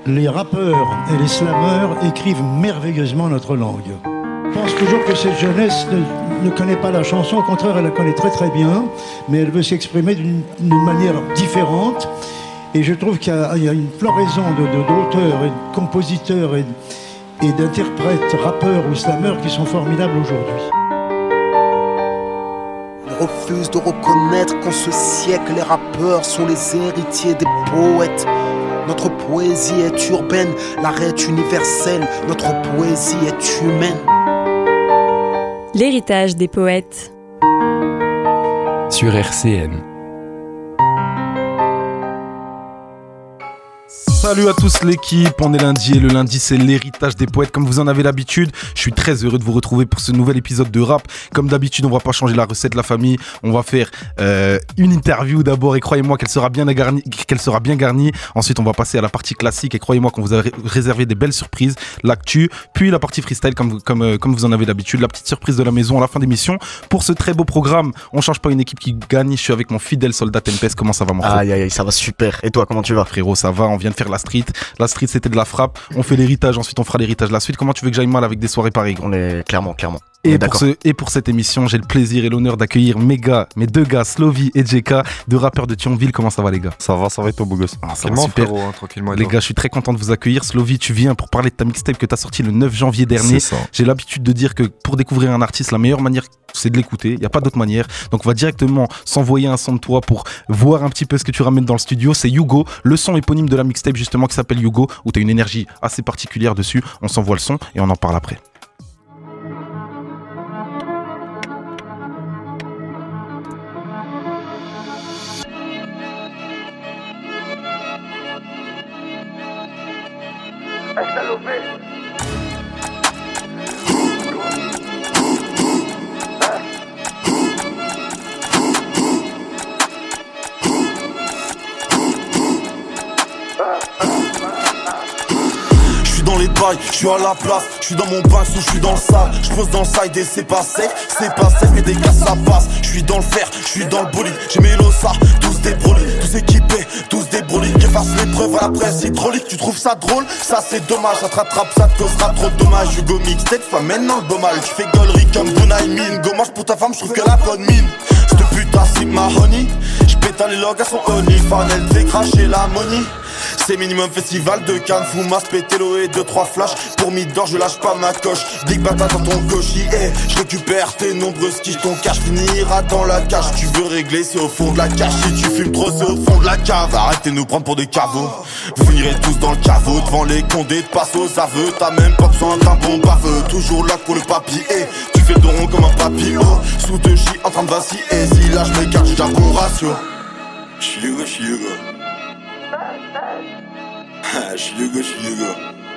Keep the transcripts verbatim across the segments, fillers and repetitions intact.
Les rappeurs et les slammeurs écrivent merveilleusement notre langue. Je pense toujours que cette jeunesse ne, ne connaît pas la chanson, au contraire elle la connaît très très bien, mais elle veut s'exprimer d'une, d'une manière différente. Et je trouve qu'il y a, il y a une floraison de, de, d'auteurs et de compositeurs et, et d'interprètes, rappeurs ou slammeurs qui sont formidables aujourd'hui. Ils refusent de reconnaître qu'en ce siècle, les rappeurs sont les héritiers des poètes. Notre poésie est urbaine, l'art est universel, notre poésie est humaine. L'héritage des poètes. Sur R C N. Salut à tous l'équipe, on est lundi et le lundi c'est l'héritage des poètes comme vous en avez l'habitude. Je suis très heureux de vous retrouver pour ce nouvel épisode de rap. Comme d'habitude on va pas changer la recette de la famille, on va faire euh, une interview d'abord et croyez-moi qu'elle sera bien garnie, qu'elle sera bien garnie. Ensuite on va passer à la partie classique et croyez-moi qu'on vous a ré- réservé des belles surprises, l'actu, puis la partie freestyle comme, comme, euh, comme vous en avez l'habitude, la petite surprise de la maison à la fin d'émission. Pour ce très beau programme, on change pas une équipe qui gagne, je suis avec mon fidèle soldat Tempest. Comment ça va mon frère? Aïe aïe aïe, ça va super. Et toi comment tu vas? Frérot ça va, on vient de faire la street. La street c'était de la frappe, on fait l'héritage, ensuite on fera l'héritage la suite. Comment tu veux que j'aille mal avec des soirées pareilles? On est clairement, clairement. Et pour, ce, et pour cette émission, j'ai le plaisir et l'honneur d'accueillir mes gars, mes deux gars, Slovy et J K, deux rappeurs de Thionville. Comment ça va les gars? Ça va, ça va et toi beau gosse? Ah, ça va super. Frérot, hein, tranquillement. Les gars, je suis très content de vous accueillir. Slovy, tu viens pour parler de ta mixtape que tu as sortie le neuf janvier dernier. J'ai l'habitude de dire que pour découvrir un artiste, la meilleure manière c'est de l'écouter, il n'y a pas d'autre manière. Donc on va directement s'envoyer un son de toi pour voir un petit peu ce que tu ramènes dans le studio. C'est Hugo, le son éponyme de la mixtape justement qui s'appelle Hugo, où tu as une énergie assez particulière dessus. On s'envoie le son et on en parle après. Je suis à la place, je suis dans mon bain sous, je suis dans le sale. Je pose dans le side et c'est pas safe, c'est pas safe, mais des gars ça passe. Je suis dans le fer, je suis dans le bolide. J'ai mes lossards, tous des brolis, tous équipés, tous des brolis. J'efface l'épreuve à la presse hydraulique. Tu trouves ça drôle? Ça c'est dommage, ça te rattrape, ça te causera trop de dommages. Hugo mixtape, fois maintenant le beau mal. Tu fais gaulerie comme Brunei Mine. Gommage pour ta femme, je trouve que la bonne mine. Cette putain c'est ma honey. J'pète les logs à son honey. Fan, elle fait cracher la money. C'est minimum festival de Cannes, Foumas, Pétélo et deux trois flashs. Pour Midor, je lâche pas ma coche. Big Bata dans ton cochi, eh. Je récupère tes nombreuses quiches. Ton cash finira dans la cage. Tu veux régler, c'est au fond de la cage. Si tu fumes trop, c'est au fond de la cave. Arrêtez de nous prendre pour des caveaux. Vous finirez tous dans le caveau. Devant les condés, de passe aux aveux. T'as même pas besoin d'un bon baveux. Toujours là pour le papier, eh. Tu fais le dos rond comme un papillon. Sous deux J en train de vaciller. Si là je m'écarte, j'ai un bon ratio. J'suis Hugo, j'suis Hugo. Je suis Hugo, je suis Hugo.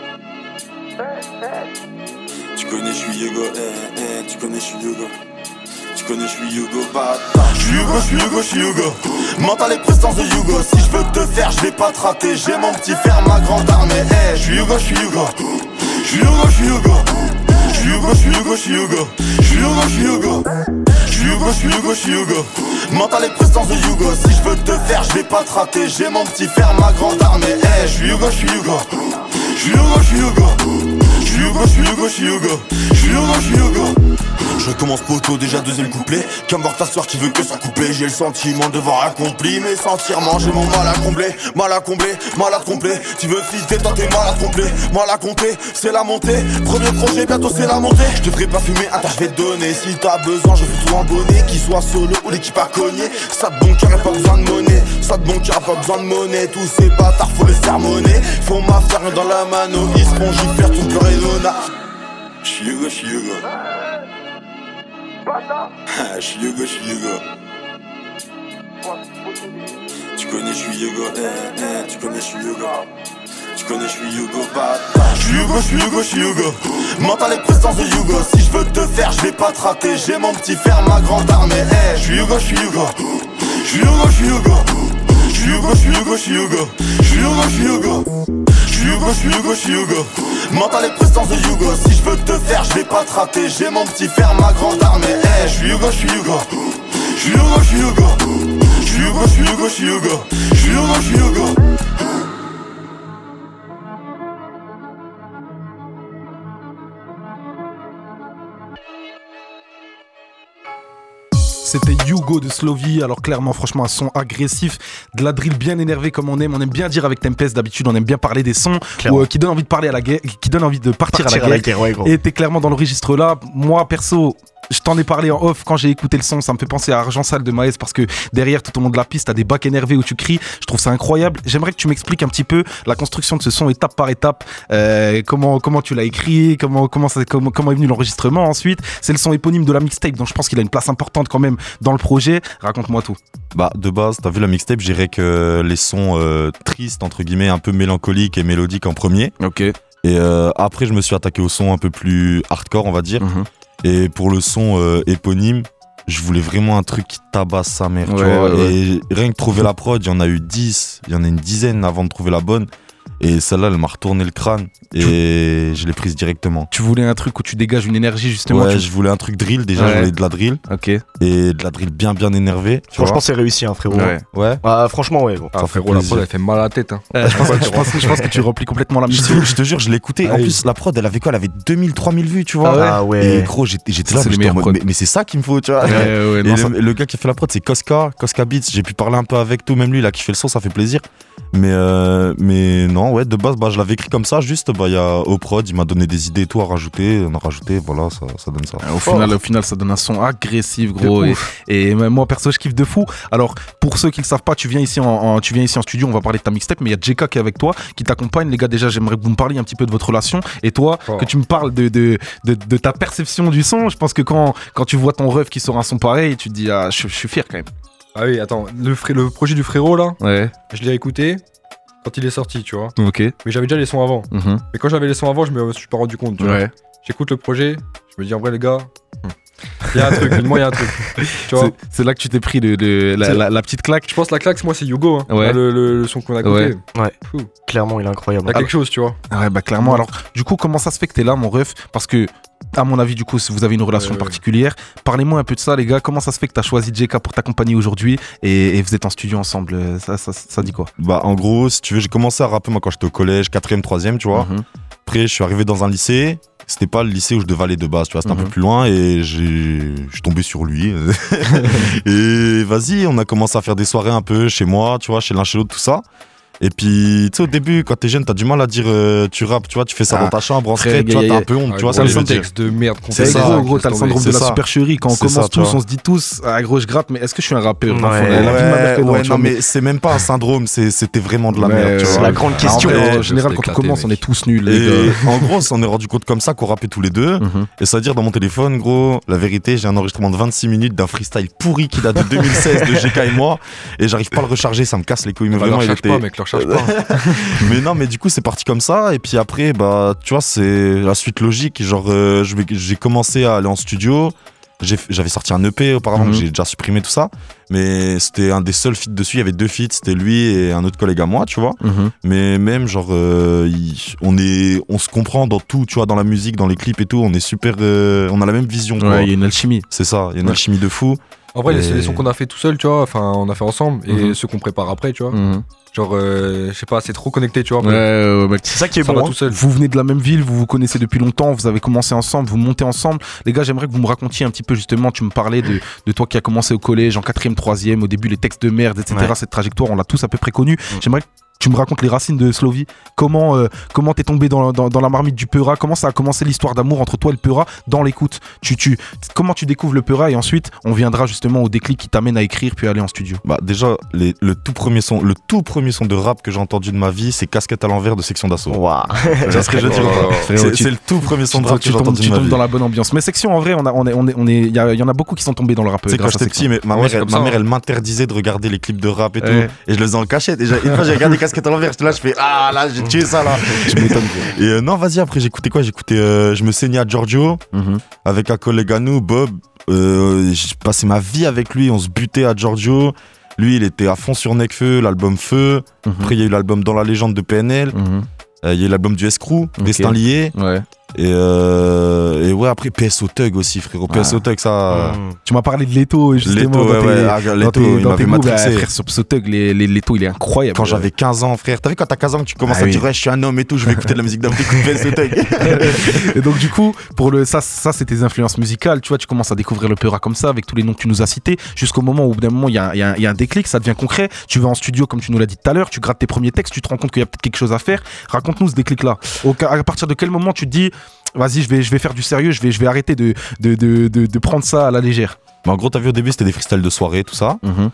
Tu connais, je suis Hugo, eh, eh, tu connais, je suis Hugo. Tu connais, je suis Hugo, bâtard. Je suis Hugo, je suis Hugo, je suis Hugo. Mental et prestance de Hugo. Si je veux te faire, je vais pas te rater. J'ai mon petit frère, ma grande armée. Eh, je suis Hugo, je suis Hugo. Je suis Hugo, je suis Hugo. Je suis Hugo, je suis Hugo, je suis Hugo. Je suis Hugo, je suis Hugo. Je suis Hugo, je suis Hugo, je suis Hugo. Mental et prestance de Hugo. Si je veux te faire, je vais pas te rater. J'ai mon petit frère, ma grande armée. Eh, je suis Hugo, je suis Hugo. Je suis Hugo, je suis Hugo. Je suis Hugo, je suis Hugo, je suis Hugo. Je suis Hugo, je suis Hugo. Je commence poteau, déjà deuxième couplet. Qu'importe ta soeur qui veut que ça couplé. J'ai le sentiment de devoir accompli mes sentiments. J'ai mon mal à combler, mal à combler, mal à combler. Tu veux fitter, toi t'es mal à combler, mal à compter, c'est la montée. Premier projet, bientôt c'est la montée. Je devrais pas fumer, un tas je vais te donner. Si t'as besoin, je fais tout en bonnet. Qu'il soit solo ou l'équipe à cogner. Ça de bon cœur, y'a pas besoin de monnaie. Ça de bon cœur, y'a pas besoin de monnaie. Tous ces bâtards, faut les sermonner. Faut m'affaire dans la mano. Ils se font gifler tout le rénona. J'suis Hugo, j'suis Hugo. Je suis Hugo, je suis Hugo. Tu connais, je suis Hugo, eh, eh, tu connais, je suis Hugo. Tu connais, je suis Hugo, bâtard. Je suis Hugo, je suis Hugo, je suis Hugo. Mental et prestance de Hugo. Si je veux te faire, je vais pas te rater. J'ai mon petit frère, ma grande armée. Eh, je suis Hugo, je suis Hugo. Je suis Hugo, je suis Hugo. Je suis Hugo, je suis Hugo, je suis Hugo. Je suis Hugo, je suis Hugo. Je suis Hugo, je suis Hugo, je suis Hugo. Mental et prestance de Hugo. Si je veux te faire, je vais pas te rater. J'ai mon petit frère, ma grande armée. Eh, je suis Hugo, je suis Hugo. Je suis Hugo, je suis Hugo. Je suis Hugo, je suis Hugo, je suis Hugo. Je suis Hugo, je suis Hugo. C'était Hugo de Slovie. Alors clairement, franchement, un son agressif, de la drill bien énervé comme on aime. On aime bien dire avec Tempest, d'habitude, on aime bien parler des sons où, euh, qui donnent envie de parler à la guerre, qui donnent envie de partir, partir à la guerre. À la guerre ouais, et t'es clairement dans le registre là. Moi, perso, je t'en ai parlé en off quand j'ai écouté le son, ça me fait penser à Argent Sale de Maes parce que derrière tout au long de la piste t'as des bacs énervés où tu cries, je trouve ça incroyable. J'aimerais que tu m'expliques un petit peu la construction de ce son étape par étape, euh, comment, comment tu l'as écrit, comment, comment, ça, comment, comment est venu l'enregistrement ensuite. C'est le son éponyme de la mixtape donc je pense qu'il a une place importante quand même dans le projet. Raconte-moi tout. Bah de base t'as vu la mixtape, je dirais que les sons euh, tristes entre guillemets, un peu mélancoliques et mélodiques en premier. Ok. Et euh, après je me suis attaqué au son un peu plus hardcore on va dire. Mm-hmm. Et pour le son euh, éponyme, je voulais vraiment un truc qui tabasse sa mère, ouais, tu vois. Ouais, et ouais. Rien que trouver la prod, il y en a eu dix, il y en a une dizaine avant de trouver la bonne. Et celle-là, elle m'a retourné le crâne et je l'ai prise directement. Tu voulais un truc où tu dégages une énergie justement. Ouais, tu... je voulais un truc drill déjà, ouais. Je voulais de la drill. Ok. Et de la drill bien bien énervée. Franchement, c'est réussi, hein, frérot. Ouais. Ouais. Ah, franchement, ouais. Bon. Ah, frérot, la prod, elle fait mal à la tête. Hein. Euh, je, pense que, je, pense, je pense que tu remplis complètement la musique. Je te jure, je l'ai écouté. Ah, en oui. plus, la prod, elle avait quoi? Elle avait deux mille, trois mille vues, tu vois. Ah ouais. Et gros, j'étais, j'étais là, j'étais en mode, mais, mais c'est ça qu'il me faut, tu vois. Ouais, ouais, et non, le, ça... le gars qui a fait la prod, c'est Koska, Koska Beats. J'ai pu parler un peu avec tout, même lui, il a kiffé le son, ça fait plaisir. Mais, euh, mais non, ouais, de base, bah, je l'avais écrit comme ça, juste, bah, il y a Oprod, il m'a donné des idées et tout à rajouter, on a rajouté, voilà, ça, ça donne ça. Au, oh. final, au final, ça donne un son agressif, gros. Et, et moi, perso, je kiffe de fou. Alors, pour ceux qui ne le savent pas, tu viens, ici en, en, tu viens ici en studio, on va parler de ta mixtape, mais il y a J K qui est avec toi, qui t'accompagne. Les gars, déjà, j'aimerais que vous me parliez un petit peu de votre relation. Et toi, oh. que tu me parles de, de, de, de ta perception du son. Je pense que quand, quand tu vois ton ref qui sort un son pareil, tu te dis, ah, je, je suis fier quand même. Ah oui, attends, le, fré- le projet du frérot, là, ouais. je l'ai écouté quand il est sorti, tu vois. Ok. Mais j'avais déjà les sons avant. Mm-hmm. Mais quand j'avais les sons avant, je me suis pas rendu compte, tu ouais. vois. J'écoute le projet, je me dis en vrai les gars, il y a un truc, moi il y a un truc. Tu vois. C'est, c'est là que tu t'es pris de, de la, la, la petite claque. Je pense que la claque, moi c'est Hugo, hein. Ouais. le, le, le son qu'on a écouté. Ouais. ouais. Fou. Clairement, il est incroyable. Il y a quelque chose, tu vois. Ouais, bah clairement. Alors, du coup, comment ça se fait que t'es là, mon ref? Parce que, à mon avis, du coup, si vous avez une relation ouais, particulière, ouais. parlez-moi un peu de ça, les gars. Comment ça se fait que t'as choisi J K pour t'accompagner aujourd'hui et, et vous êtes en studio ensemble? Ça, ça, ça, ça dit quoi? Bah, en gros, si tu veux, j'ai commencé à rapper moi quand j'étais au collège, quatrième, troisième, tu vois. Mm-hmm. Après, je suis arrivé dans un lycée. C'était pas le lycée où je devais aller de base, tu vois, c'était mm-hmm. un peu plus loin et j'ai... je suis tombé sur lui. Et vas-y, on a commencé à faire des soirées un peu chez moi, tu vois, chez l'un chez l'autre, tout ça. Et puis, tu sais, au début, quand t'es jeune, t'as du mal à dire euh, tu rappes, tu vois, tu fais ça ah, dans ta chambre en secret, tu vois, t'as un peu honte, ah, tu vois, ça le texte de merde. C'est ça, gros, gros, t'as le syndrome de la supercherie. Quand on c'est commence ça, tous, on se dit tous, ah gros, je gratte, mais est-ce que je suis un rappeur? Ouais, ouais, ouais, non, mais c'est même pas un syndrome, c'était vraiment de la merde, tu vois. C'est la grande question. En général, quand on commence, on est tous nuls, les gars. En gros, on s'en est rendu compte comme ça qu'on rappait tous les deux. Et ça veut dire, dans mon téléphone, gros, la vérité, j'ai un enregistrement de vingt-six minutes d'un freestyle pourri qui date de deux mille seize de J K et moi. Et j'arrive pas à le recharger, ça me casse les couilles. Mais vraiment, il était. Mec, le recharge pas. Mais non, mais du coup, c'est parti comme ça. Et puis après, bah, tu vois, c'est la suite logique. Genre, euh, je vais, j'ai commencé à aller en studio. J'ai, j'avais sorti un E P auparavant, mm-hmm. que j'ai déjà supprimé tout ça. Mais c'était un des seuls feats dessus. Il y avait deux feats, c'était lui et un autre collègue à moi, tu vois. Mm-hmm. Mais même, genre, euh, il, on, est, on se comprend dans tout, tu vois, dans la musique, dans les clips et tout. On est super. Euh, on a la même vision. Ouais, il y a une alchimie. C'est ça, il y a une ouais. alchimie de fou. En vrai, et... les, les sons qu'on a fait tout seul, tu vois, enfin, on a fait ensemble. Mm-hmm. Et ceux qu'on prépare après, tu vois. Mm-hmm. Genre, euh, je sais pas, c'est trop connecté, tu vois. Ouais, ouais, ouais. C'est ça qui est ça bon. Hein. Tout seul. Vous venez de la même ville, vous vous connaissez depuis longtemps, vous avez commencé ensemble, vous montez ensemble. Les gars, j'aimerais que vous me racontiez un petit peu justement, tu me parlais de, de toi qui a commencé au collège, en quatrième, troisième, au début les textes de merde, et cetera. Ouais. Cette trajectoire, on l'a tous à peu près connue. Mm. J'aimerais que tu me racontes les racines de Slovie. Comment euh, comment t'es tombé dans, dans, dans la marmite du Peura? Comment ça a commencé l'histoire d'amour entre toi et le Peura dans l'écoute? tu, tu, Comment tu découvres le Peura? Et ensuite, on viendra justement au déclic qui t'amène à écrire puis à aller en studio. Bah déjà, les, le, tout premier son, le tout premier son de rap que j'ai entendu de ma vie, c'est Casquette à l'envers de Section d'Assaut. Waouh. C'est ce que je veux dire. Oh, c'est, c'est le tout premier son de rap que j'ai entendu de ma vie. Tu tombes dans la bonne ambiance. Mais Section, en vrai, on a, on est, on est, on est, il y, y en a beaucoup qui sont tombés dans le rap. Tu sais, quand j'étais petit, mais ma mère, elle, ma mère, elle m'interdisait de regarder les clips de rap et tout. Et je le faisais en cachette. Et une fois, j'ai regardé Casquette à l'envers. Là, je fais ah là j'ai tué ça là. Je m'étonne. Et euh, non vas-y après j'écoutais quoi j'écoutais euh, je me saignais à Giorgio mm-hmm. avec un collègue à nous Bob. Euh, j'ai passé ma vie avec lui, on se butait à Giorgio. Lui il était à fond sur Necfeu, l'album Feu. Mm-hmm. Après il y a eu l'album Dans la légende de P N L. Mm-hmm. Euh, il y a eu l'album du Escrew, okay. Destin lié. Ouais. Et, euh, et ouais, après P S O Thug aussi, frérot. P S O Thug, ça. Mmh. Tu m'as parlé de Leto, justement. Leto, dans ouais, tes, ouais. Ah, dans Leto, tes, il dans m'avait tes goûts, bah, matrixé. frère, sur ce Thug, les, les, Leto, il est incroyable. Quand j'avais quinze ans, frère. T'as vu, quand t'as quinze ans, que tu commences ah, à oui. dire, ouais, je suis un homme et tout, je vais écouter de la musique d'Afrique, P S O Thug. Et donc, du coup, pour le, ça, ça c'est tes influences musicales. Tu vois, tu commences à découvrir le Peura comme ça, avec tous les noms que tu nous as cités, jusqu'au moment où, au bout d'un moment, il y, y, y a un déclic, ça devient concret. Tu vas en studio, comme tu nous l'as dit tout à l'heure, tu grattes tes premiers textes, tu te rends compte qu'il y a peut-être quelque chose à faire. Raconte-nous ce déclic-là. Au, à partir de quel moment tu te dis, vas-y, je vais, je vais faire du sérieux, je vais, je vais arrêter de, de, de, de, de prendre ça à la légère. Mais en gros, t'as vu, au début, c'était des freestyles de soirée, tout ça. Mm-hmm.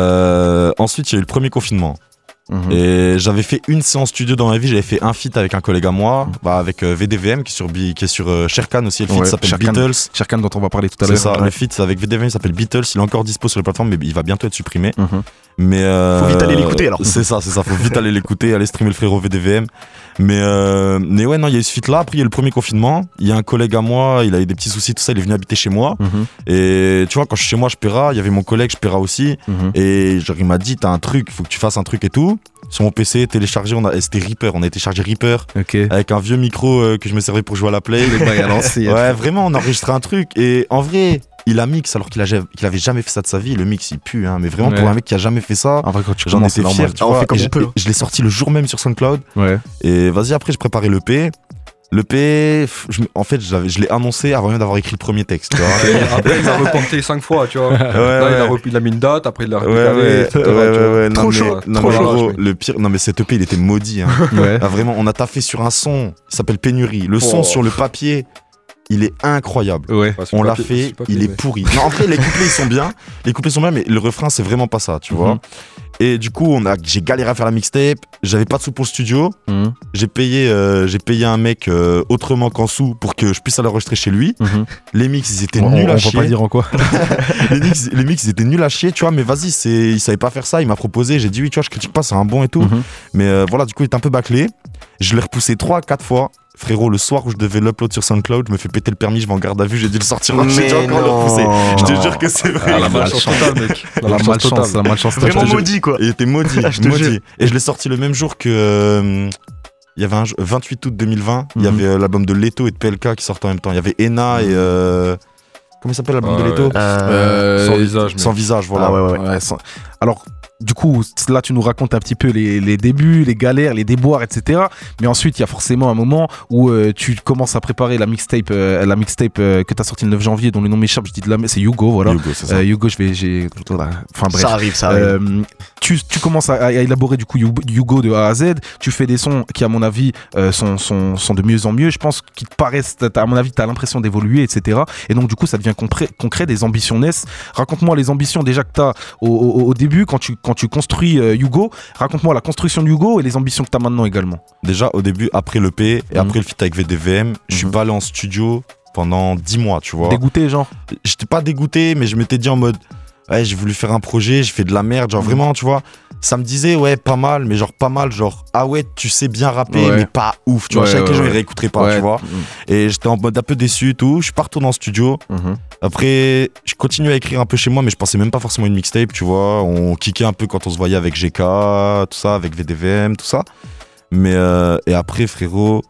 Euh, ensuite, il y a eu le premier confinement. Mmh. Et j'avais fait une séance studio dans ma vie, j'avais fait un feat avec un collègue à moi, mmh. bah avec euh, V D V M qui est sur, qui est sur euh, Sherkan aussi, le feat ouais, s'appelle Sherkan, Beatles. Sherkan dont on va parler tout à l'heure. C'est ça, ouais. le feat avec V D V M s'appelle Beatles, il est encore dispo sur les plateformes mais il va bientôt être supprimé. Mmh. Mais euh, faut vite aller l'écouter alors. C'est ça, c'est ça, faut vite aller l'écouter, aller streamer le frérot V D V M. Mais, euh, mais ouais, non, il y a eu ce feat là, après il y a eu le premier confinement, il y a un collègue à moi, il a eu des petits soucis, tout ça, il est venu habiter chez moi. Mmh. Et tu vois, quand je suis chez moi, je Pera, il y avait mon collègue, je Pera aussi. Mmh. Et genre, il m'a dit, t'as un truc, faut que tu fasses un truc et tout. Sur mon P C, téléchargé, on a, c'était Reaper, on a téléchargé Reaper okay. avec un vieux micro euh, que je me servais pour jouer à la play. Ouais, vraiment, on a enregistré un truc et en vrai, il a mix alors qu'il, a, qu'il avait jamais fait ça de sa vie. Le mix, il pue, hein, mais vraiment ouais. pour un mec qui a jamais fait ça, en vrai, quand tu j'en étais fier. Tu ah, vois, et je, peut, hein. je l'ai sorti le jour même sur SoundCloud. Ouais. Et vas-y, après, je préparais l'E P. Le P, je, en fait, je l'ai annoncé avant même d'avoir écrit le premier texte. Tu vois. Après, il l'a reporté cinq fois, tu vois. Ouais, Là, ouais. Il, a rep... il a mis une date, après il l'a ouais, décalé, ouais, et cetera. Ouais, ouais, ouais. Trop non, chaud, mais, non, trop mais chaud. gros, le pire, non mais cet E P, il était maudit. Hein. Ouais. Ah, vraiment, on a taffé sur un son, il s'appelle Pénurie. Le son oh. sur le papier, il est incroyable. Ouais. Ouais, on l'a papier, fait, papier, il mais... est pourri. Non, en vrai, les couplets ils sont bien, les couplets sont bien, mais le refrain c'est vraiment pas ça, tu vois. Mm-hmm. Et du coup, on a, j'ai galéré à faire la mixtape. J'avais pas de sous pour le studio. Mmh. J'ai payé, euh, j'ai payé un mec euh, autrement qu'en sous pour que je puisse aller enregistrer chez lui. Mmh. Les mix, ils étaient on, nuls on, à on chier. va pas dire en quoi. les, mix, les mix, ils étaient nuls à chier, tu vois. Mais vas-y, c'est, il savait pas faire ça. Il m'a proposé. J'ai dit oui, tu vois, je critique pas, c'est un bon et tout. Mmh. Mais euh, voilà, du coup, il était un peu bâclé. Je l'ai repoussé trois, quatre fois. Frérot, le soir où je devais l'upload sur SoundCloud, je me fais péter le permis, je vais en garde à vue, j'ai dû le sortir. J'ai dû encore le repousser. Je te jure que c'est vrai. Ah, la malchance totale, mec. La, la malchance, la malchance totale. Vraiment maudit, quoi. Il était maudit, maudit. Et je l'ai sorti le même jour que. Euh, il y avait un vingt-huit août deux mille vingt, mm-hmm. il y avait euh, l'album de Leto et de P L K qui sortaient en même temps. Il y avait Ena et. Euh, comment il s'appelle l'album ah, de Leto ouais. euh, Sans visage. Mais... Sans visage, voilà. Ah, ouais, ouais. Ouais, sans... Alors. Du coup, là, tu nous racontes un petit peu les, les débuts, les galères, les déboires, et cetera. Mais ensuite, il y a forcément un moment où euh, tu commences à préparer la mixtape, euh, la mixtape euh, que tu as sortie le neuf janvier, dont le nom m'échappe. Je dis de la, c'est Hugo, voilà. Hugo, c'est ça. Euh, Hugo, je vais, j'ai, enfin bref. Ça arrive, ça arrive. Euh, tu, tu commences à, à élaborer du coup Hugo de A à Z. Tu fais des sons qui, à mon avis, euh, sont, sont, sont de mieux en mieux. Je pense qu'ils te paraissent, à mon avis, tu as l'impression d'évoluer, et cetera. Et donc, du coup, ça devient concret, concret des ambitions naissent. Raconte-moi les ambitions déjà que tu as au, au, au début quand tu, quand tu construis. Euh, Hugo, raconte-moi la construction de Hugo et les ambitions que tu as maintenant également. Déjà au début, après l'E P et mmh. après le feat avec V D V M, mmh. je suis pas allé en studio pendant dix mois, tu vois. Dégoûté, genre? J'étais pas dégoûté, mais je m'étais dit en mode ouais, j'ai voulu faire un projet, j'ai fait de la merde, genre mmh. vraiment, tu vois. Ça me disait ouais, pas mal, mais genre pas mal, genre ah ouais, tu sais bien rapper, ouais. mais pas ouf, tu vois. Ouais, chaque ouais, les gens ouais. ils réécouteraient pas, ouais. tu vois. Mmh. Et j'étais en mode un peu déçu et tout. Je suis pas retourné en studio. Mmh. Après, je continue à écrire un peu chez moi, mais je pensais même pas forcément une mixtape, tu vois. On kickait un peu quand on se voyait avec G K, tout ça, avec V D V M, tout ça. Mais euh, et après, frérot,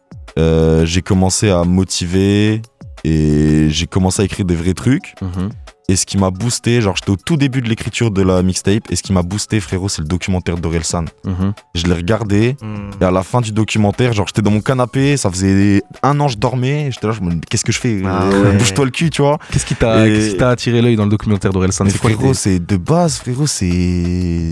euh, j'ai commencé à motiver et j'ai commencé à écrire des vrais trucs. Mmh. Et ce qui m'a boosté, genre j'étais au tout début de l'écriture de la mixtape, et ce qui m'a boosté, frérot, c'est le documentaire d'Orelsan. Mmh. Je l'ai regardé, mmh. et à la fin du documentaire, genre j'étais dans mon canapé, ça faisait un an je dormais, j'étais là, je me dis qu'est-ce que je fais ah, euh, ouais. Bouge-toi le cul, tu vois. Qu'est-ce qui t'a, et... qu'est-ce qui t'a attiré l'œil dans le documentaire d'Orelsan? Mais frérot, c'est de base, frérot, c'est...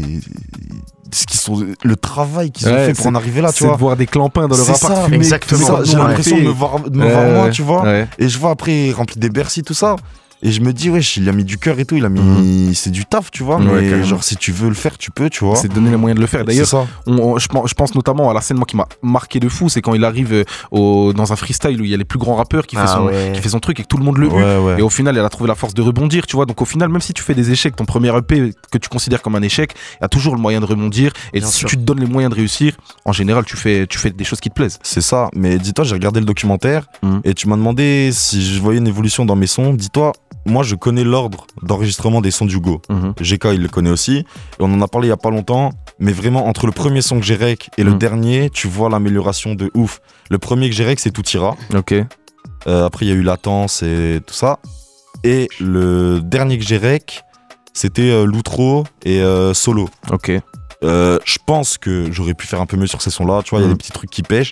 Ce qu'ils sont, le travail qu'ils ouais, ont fait pour en arriver là, tu c'est vois. C'est de voir des clampins dans leur appart fumé. Exactement. Ça, j'ai l'impression de me voir, de me ouais, voir moi, tu vois. Ouais. Et je vois après, rempli des Bercy, tout ça. Et je me dis, wesh, il a mis du cœur et tout, il a mis. Mmh. C'est du taf, tu vois. Ouais, mais carrément. Genre, si tu veux le faire, tu peux, tu vois. C'est donner les moyens de le faire. D'ailleurs, on, on, je, pense, je pense notamment à la scène moi, qui m'a marqué de fou, c'est quand il arrive au, dans un freestyle où il y a les plus grands rappeurs qui, ah, fait, son, ouais. qui fait son truc et que tout le monde le ouais, hue. Ouais. Et au final, elle a trouvé la force de rebondir, tu vois. Donc, au final, même si tu fais des échecs, ton premier E P que tu considères comme un échec, il y a toujours le moyen de rebondir. Et Bien si sûr. tu te donnes les moyens de réussir, en général, tu fais, tu fais des choses qui te plaisent. C'est ça. Mais dis-toi, j'ai regardé le documentaire mmh. et tu m'as demandé si je voyais une évolution dans mes sons. Dis-toi, moi, je connais l'ordre d'enregistrement des sons d'Hugo. Mmh. G K, il le connaît aussi. Et on en a parlé il y a pas longtemps. Mais vraiment, entre le premier son que j'ai rec et le Mm. dernier, tu vois l'amélioration de ouf. Le premier que j'ai rec, c'est Tout ira. Ok. Euh, après, il y a eu Latence et tout ça. Et le dernier que j'ai rec, c'était euh, L'Outro et euh, Solo. Ok. Euh, je pense que j'aurais pu faire un peu mieux sur ces sons-là. Tu vois, il y a Mm. des petits trucs qui pêchent.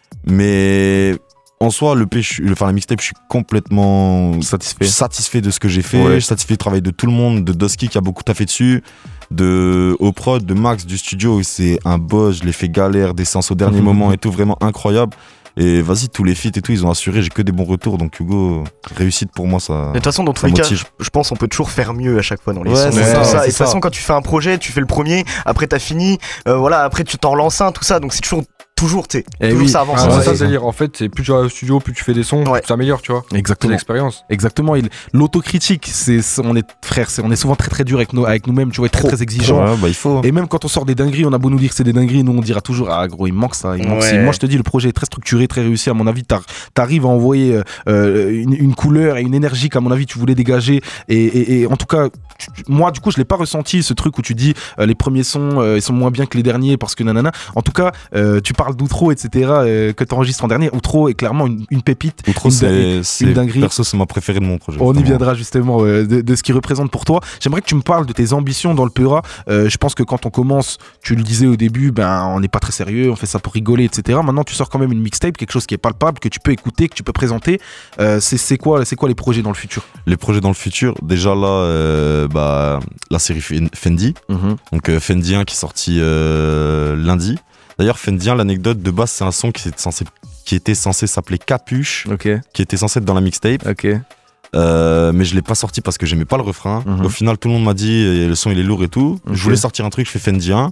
Mais en soi, le P, je suis- enfin, la mixtape, je suis complètement Satisfait. satisfait de ce que j'ai fait. Ouais. Je suis satisfait du travail de tout le monde, de Dosky qui a beaucoup taffé dessus, de Oprod, de Max du studio. C'est un boss, je l'ai fait galère, des séances au dernier moment et tout, vraiment incroyable. Et vas-y, tous les feats et tout, ils ont assuré, j'ai que des bons retours. Donc Hugo, réussite pour moi, ça. Mais de toute façon, dans tous ça les cas, motive. je pense qu'on peut toujours faire mieux à chaque fois dans les Ouais, sons. c'est et ça, tout ça. c'est Et de toute ça. façon, quand tu fais un projet, tu fais le premier, après t'as fini, euh, voilà, après tu t'en relances un, tout ça. Donc c'est toujours, toujours, tu sais, Eh toujours oui. ça avance. Ah, Ouais, c'est ça ouais. le délire. En fait, c'est plus tu vas au studio, plus tu fais des sons, Ouais. plus tu t'améliores, tu vois. C'est Exactement. l'expérience. Exactement. Il- L'autocritique, c'est, c'est- on est frère, c'est, on est souvent très très dur avec nous, avec nous-mêmes. Tu vois, très Trop. très exigeant. Ouais, bah il faut. Et même quand on sort des dingueries, on a beau nous dire que c'est des dingueries, nous on dira toujours ah gros il me manque ça, il me manque Ouais. ci. Moi je te dis le projet est très structuré, très réussi à mon avis. T'ar- T'arrives à envoyer euh, euh, une, une couleur et une énergie qu'à mon avis tu voulais dégager. Et, et- et en tout cas tu- moi du coup je l'ai pas ressenti ce truc où tu dis euh, les premiers sons euh, ils sont moins bien que les derniers parce que nanana. En tout cas euh, tu parles d'Outro etc euh, que t'enregistres en dernier. Outro est clairement une, une pépite. Outro, une c'est, dinguerie- c'est une dinguerie. perso, c'est ma préférée de mon projet. On y vraiment. viendra justement euh, de, de ce qu'il représente pour toi. J'aimerais que tu me parles de tes ambitions dans le Peura. Euh, je pense que quand on commence, tu le disais au début, ben on n'est pas très sérieux, on fait ça pour rigoler, et cetera. Maintenant, tu sors quand même une mixtape, quelque chose qui est palpable, que tu peux écouter, que tu peux présenter. Euh, c'est, c'est quoi, c'est quoi les projets dans le futur? Les projets dans le futur, déjà là, euh, bah, la série Fen- Fendi. Donc euh, Fendi un qui est sorti euh, lundi. D'ailleurs, Fendi un, l'anecdote de base, c'est un son qui était censé, qui était censé s'appeler Capuche, Ok, qui était censé être dans la mixtape. ok. Euh, mais je l'ai pas sorti parce que j'aimais pas le refrain. Mhm. Au final, tout le monde m'a dit eh, le son il est lourd et tout. Ok. Je voulais sortir un truc, je fais Fendi un.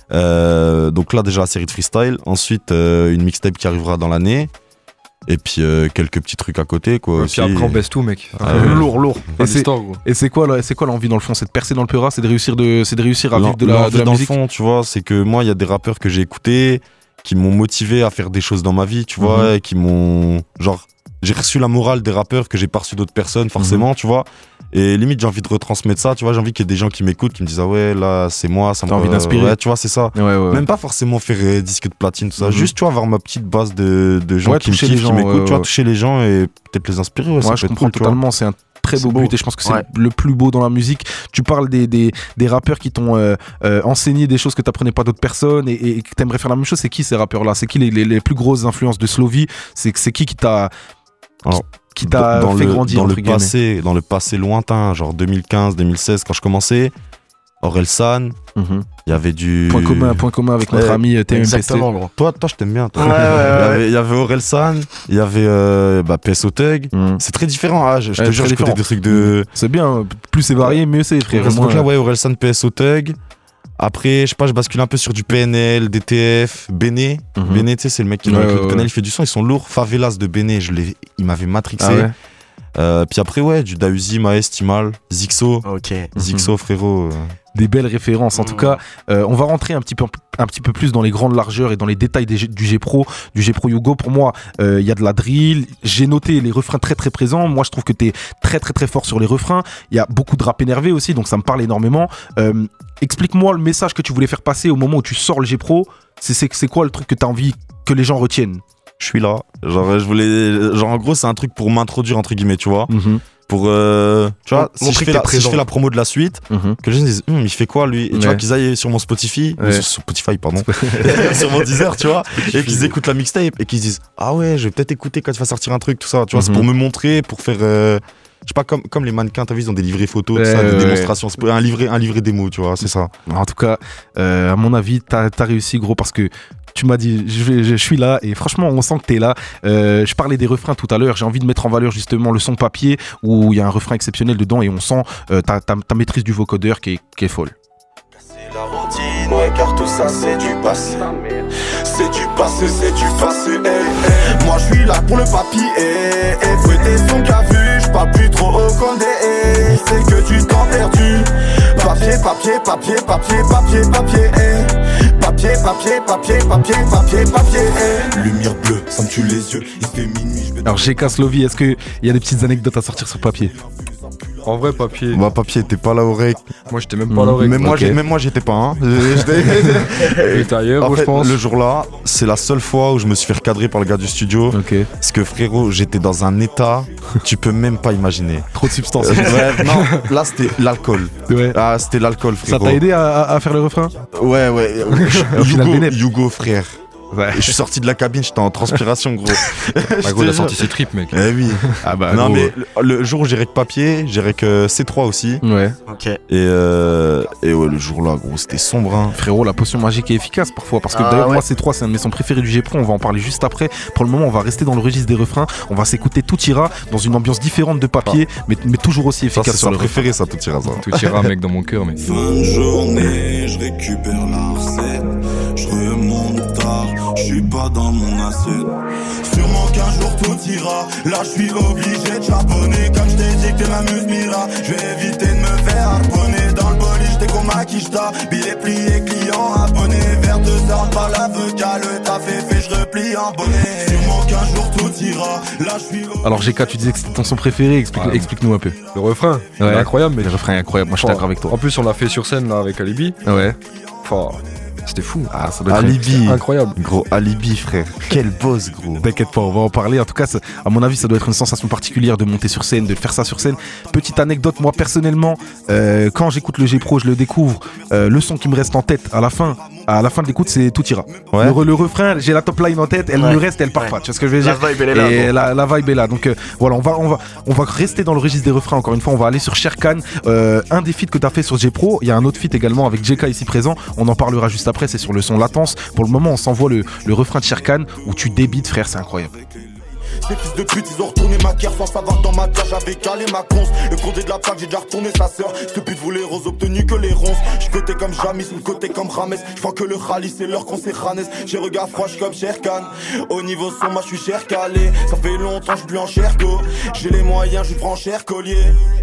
Euh, donc là déjà la série de freestyle. Ensuite euh, une mixtape qui arrivera dans l'année. Et puis euh, quelques petits trucs à côté quoi. Et aussi. puis après, on baisse tout, mec. Ah ouais. Lourd, lourd. Pas Et c'est, d'histoire, gros. et c'est quoi, là- c'est quoi l'envie dans le fond? C'est de percer dans le Peura, c'est de réussir, de, c'est de réussir à vivre de la, L'envie de la dans musique. le fond, tu vois, c'est que moi, il y a des rappeurs que j'ai écoutés qui m'ont motivé à faire des choses dans ma vie, tu vois, Mhm. et qui m'ont. Genre, j'ai reçu la morale des rappeurs que j'ai pas reçu d'autres personnes, forcément, tu vois. Et limite, j'ai envie de retransmettre ça, tu vois. J'ai envie qu'il y ait des gens qui m'écoutent, qui me disent, ah ouais, là, c'est moi, ça T'as me. envie d'inspirer. Ouais, tu vois, c'est ça. Ouais, ouais, ouais. Même pas forcément faire euh, disque de platine, tout ça. Mhm. Juste, tu vois, avoir ma petite base de, de gens Ouais, qui me toucher kiffent, les gens, qui m'écoutent, ouais, tu vois, ouais. toucher les gens et peut-être les inspirer, ouais, ça Moi, peut je être comprends cool, tu vois. totalement. C'est un très beau C'est beau. but et je pense que c'est Ouais. le plus beau dans la musique. Tu parles des, des, des rappeurs qui t'ont euh, euh, enseigné des choses que t'apprenais pas d'autres personnes et, et que t'aimerais faire la même chose. C'est qui ces rappeurs-là? C'est qui les, les, les plus grosses influences de Slovie? C'est, c'est qui qui t'a, Alors, qui t'a dans fait le, grandir dans entre le guillemets? passé, dans le passé lointain, genre deux mille quinze, deux mille seize, quand je commençais, Orelsan, Mhm. il y avait du. Point commun, point commun avec notre Ouais, ami euh, T M P C. Exactement, gros. Toi, toi, je t'aime bien. Toi. Ouais, ouais, ouais, Il y ouais. avait- il y avait Orelsan, il y avait euh, bah, P S O Thug. Mhm. C'est très différent. Ah, je, je Ouais, te jure, très j'écoutais différent. des trucs de. C'est bien, plus c'est varié, mieux c'est, frère. À ce Moi, truc-là, ouais, Orelsan, P S O Thug. Après, je sais pas, je bascule un peu sur du P N L, D T F, Béné. Mhm. Béné, tu sais, c'est le mec qui Ouais, dans le ouais, club de ouais. P N L, il fait du son, ils sont lourds. Favelas de Béné, je l'ai, il m'avait matrixé. Ah ouais. Euh, puis après, ouais, du Dausi, Maes, Timal, Zixo. Ok. Zixo, frérot. euh. Des belles références. En tout Mhm. cas, euh, on va rentrer un petit peu, un petit peu plus dans les grandes largeurs et dans les détails des G- du G-Pro, du G-Pro Hugo. Pour moi, euh, il y a de la drill. J'ai noté les refrains très très présents. Moi, je trouve que tu es très très très fort sur les refrains. Il y a beaucoup de rap énervé aussi, donc ça me parle énormément. Euh, explique-moi le message que tu voulais faire passer au moment où tu sors le G-Pro. C'est, c'est, c'est quoi le truc que tu as envie que les gens retiennent? Je suis là. Genre, je voulais. Genre, en gros, c'est un truc pour m'introduire, entre guillemets, tu vois. Mhm, Pour. euh, tu vois, Mon- si je, montrer fais que la, t'es si je présent. fais la promo de la suite, mhm. que les gens disent, Hum, il fait quoi lui? Et tu Ouais. vois, qu'ils aillent sur mon Spotify, Ouais. sur Spotify, pardon, sur mon Deezer, tu vois, et qu'ils écoutent la mixtape et qu'ils disent, ah ouais, je vais peut-être écouter quand tu vas sortir un truc, tout ça. Tu vois, c'est Mhm. pour me montrer, pour faire. euh, je sais pas, comme, comme les mannequins, t'as vu, ils ont des livrets photos, tout Ouais, ça, des ouais, démonstrations. C'est pour- un livret, un livret démo, tu vois, c'est ça. En tout cas, euh, à mon avis, t'as as réussi, gros, parce que tu m'as dit, je, vais- je, je suis là, et franchement, on sent que t'es là. Euh, je parlais des refrains tout à l'heure, j'ai envie de mettre en valeur justement le son papier, où il y a un refrain exceptionnel dedans, et on sent euh, ta, ta, ta maîtrise du vocodeur qui est, qui est folle. C'est la routine, ouais, car tout ça c'est du passé. C'est du passé, c'est du passé, eh, eh. Moi je suis là pour le papier, eh, eh. Fouetter son qu'a vu, j'pas plus trop au condé, eh. C'est que tu t'en perdu. Papier, papier, papier, papier, papier, papier, eh. Papier, papier, papier, papier, papier, papier, eh. Lumière bleue, ça me tue les yeux, il fait minuit, je vais. Alors, G K Slovie, est-ce qu'il y a des petites anecdotes à sortir sur papier? En vrai, papier. Bah, papier, t'es pas là au rec. Moi, j'étais même pas là au rec. Même moi, Ok. j'ai- même moi, j'étais pas, hein. J'étais ailleurs, En gros, fait, je pense. le jour-là, c'est la seule fois où je me suis fait recadrer par le gars du studio. Ok. Parce que frérot, j'étais dans un état, tu peux même pas imaginer. Trop de substances. Euh, bref, non, là c'était l'alcool. Ouais. Ah, c'était l'alcool, Ça frérot. t'a aidé à, à- à faire le refrain? Ouais, ouais. Au final, Hugo, bénéf. Hugo, frère. Ouais. Je suis sorti de la cabine, j'étais en transpiration, gros. Ah, gros, il a sorti ses tripes, mec. Eh oui. Ah bah non, gros. mais le, le jour où j'ai rec papier, j'ai rec euh, C trois aussi. Ouais. Ok. Et, euh, et ouais, le jour-là, gros, c'était sombre. Hein. Frérot, la potion magique est efficace parfois. Parce que Ah, d'ailleurs, ouais. moi, C trois, c'est un de mes sons préférés du G-Pro. On va en parler juste après. Pour le moment, on va rester dans le registre des refrains. On va s'écouter Tout ira dans une ambiance différente de papier, mais, mais toujours aussi Ça, efficace c'est sur son le refrain. préféré, ça, tout ira, ça. Tout ira, mec, dans mon cœur, mec. Fin de journée, je récupère la recette. Je remonte tard, je suis pas dans mon assiette. Sûrement qu'un jour tout ira. Là, je suis obligé de charbonner. Comme je t'ai dit que t'es ma muse Mira. Je vais éviter de me faire harponner. Dans le boliche, dès qu'on maquille, t'as billet plié, client abonné. Vers deux heures, pas l'avocat. Le taf est fait, je replie en bonnet. Sûrement qu'un jour tout ira. Là, je suis obligé. Alors, G K, tu disais que c'était ton son préféré. Explique- Ouais. Explique-nous un peu. Le refrain, il est Ouais. incroyable, mec. Le refrain est incroyable. Moi, je suis d'accord avec toi. En plus, on l'a fait sur scène, là, avec Alibi. Ouais. Enfin, c'était fou. Ah, ça doit être Alibi. Incroyable. Gros, Alibi, frère. Quel boss, gros. T'inquiète pas, on va en parler. En tout cas, ça- à mon avis, ça doit être une sensation particulière de monter sur scène, de faire ça sur scène. Petite anecdote, moi personnellement, euh, quand j'écoute le G-Pro, je le découvre. euh, le son qui me reste en tête à la fin, à la fin de l'écoute, c'est Tout ira. Ouais. Le, re- le refrain, j'ai la top line en tête, elle Ouais. me reste, elle part Ouais. pas. Tu vois ce que je veux La dire? vibe, elle est là. Et gros. la, la vibe est là. Donc euh, voilà, on va, on, va, on va rester dans le registre des refrains. Encore une fois, on va aller sur Sherkan. Euh, un des feats que tu as fait sur G-Pro. Il y a un autre feat également avec J K ici présent. On en parlera juste après. C'est sur le son Latence. Pour le moment, on s'envoie le, le refrain de Sherkan où tu débites, frère. C'est incroyable. Ces fils de pute, ils ont retourné ma guerre sans savoir dans ma terre, j'avais calé ma conce. Le condé de la plaque, j'ai déjà retourné sa sœur. Ce pute voulait rose obtenu que les ronces. J'suis côté comme Jamis, ou côté comme Rames. J'crois que le Khalis, c'est l'heure qu'on s'est Khanes. J'ai regard froid, j'suis comme Sherkan. Au niveau son, moi j'suis cher calé. Ça fait longtemps, j'suis plus en cher d'eau. J'ai les moyens, j'suis prends cher collier.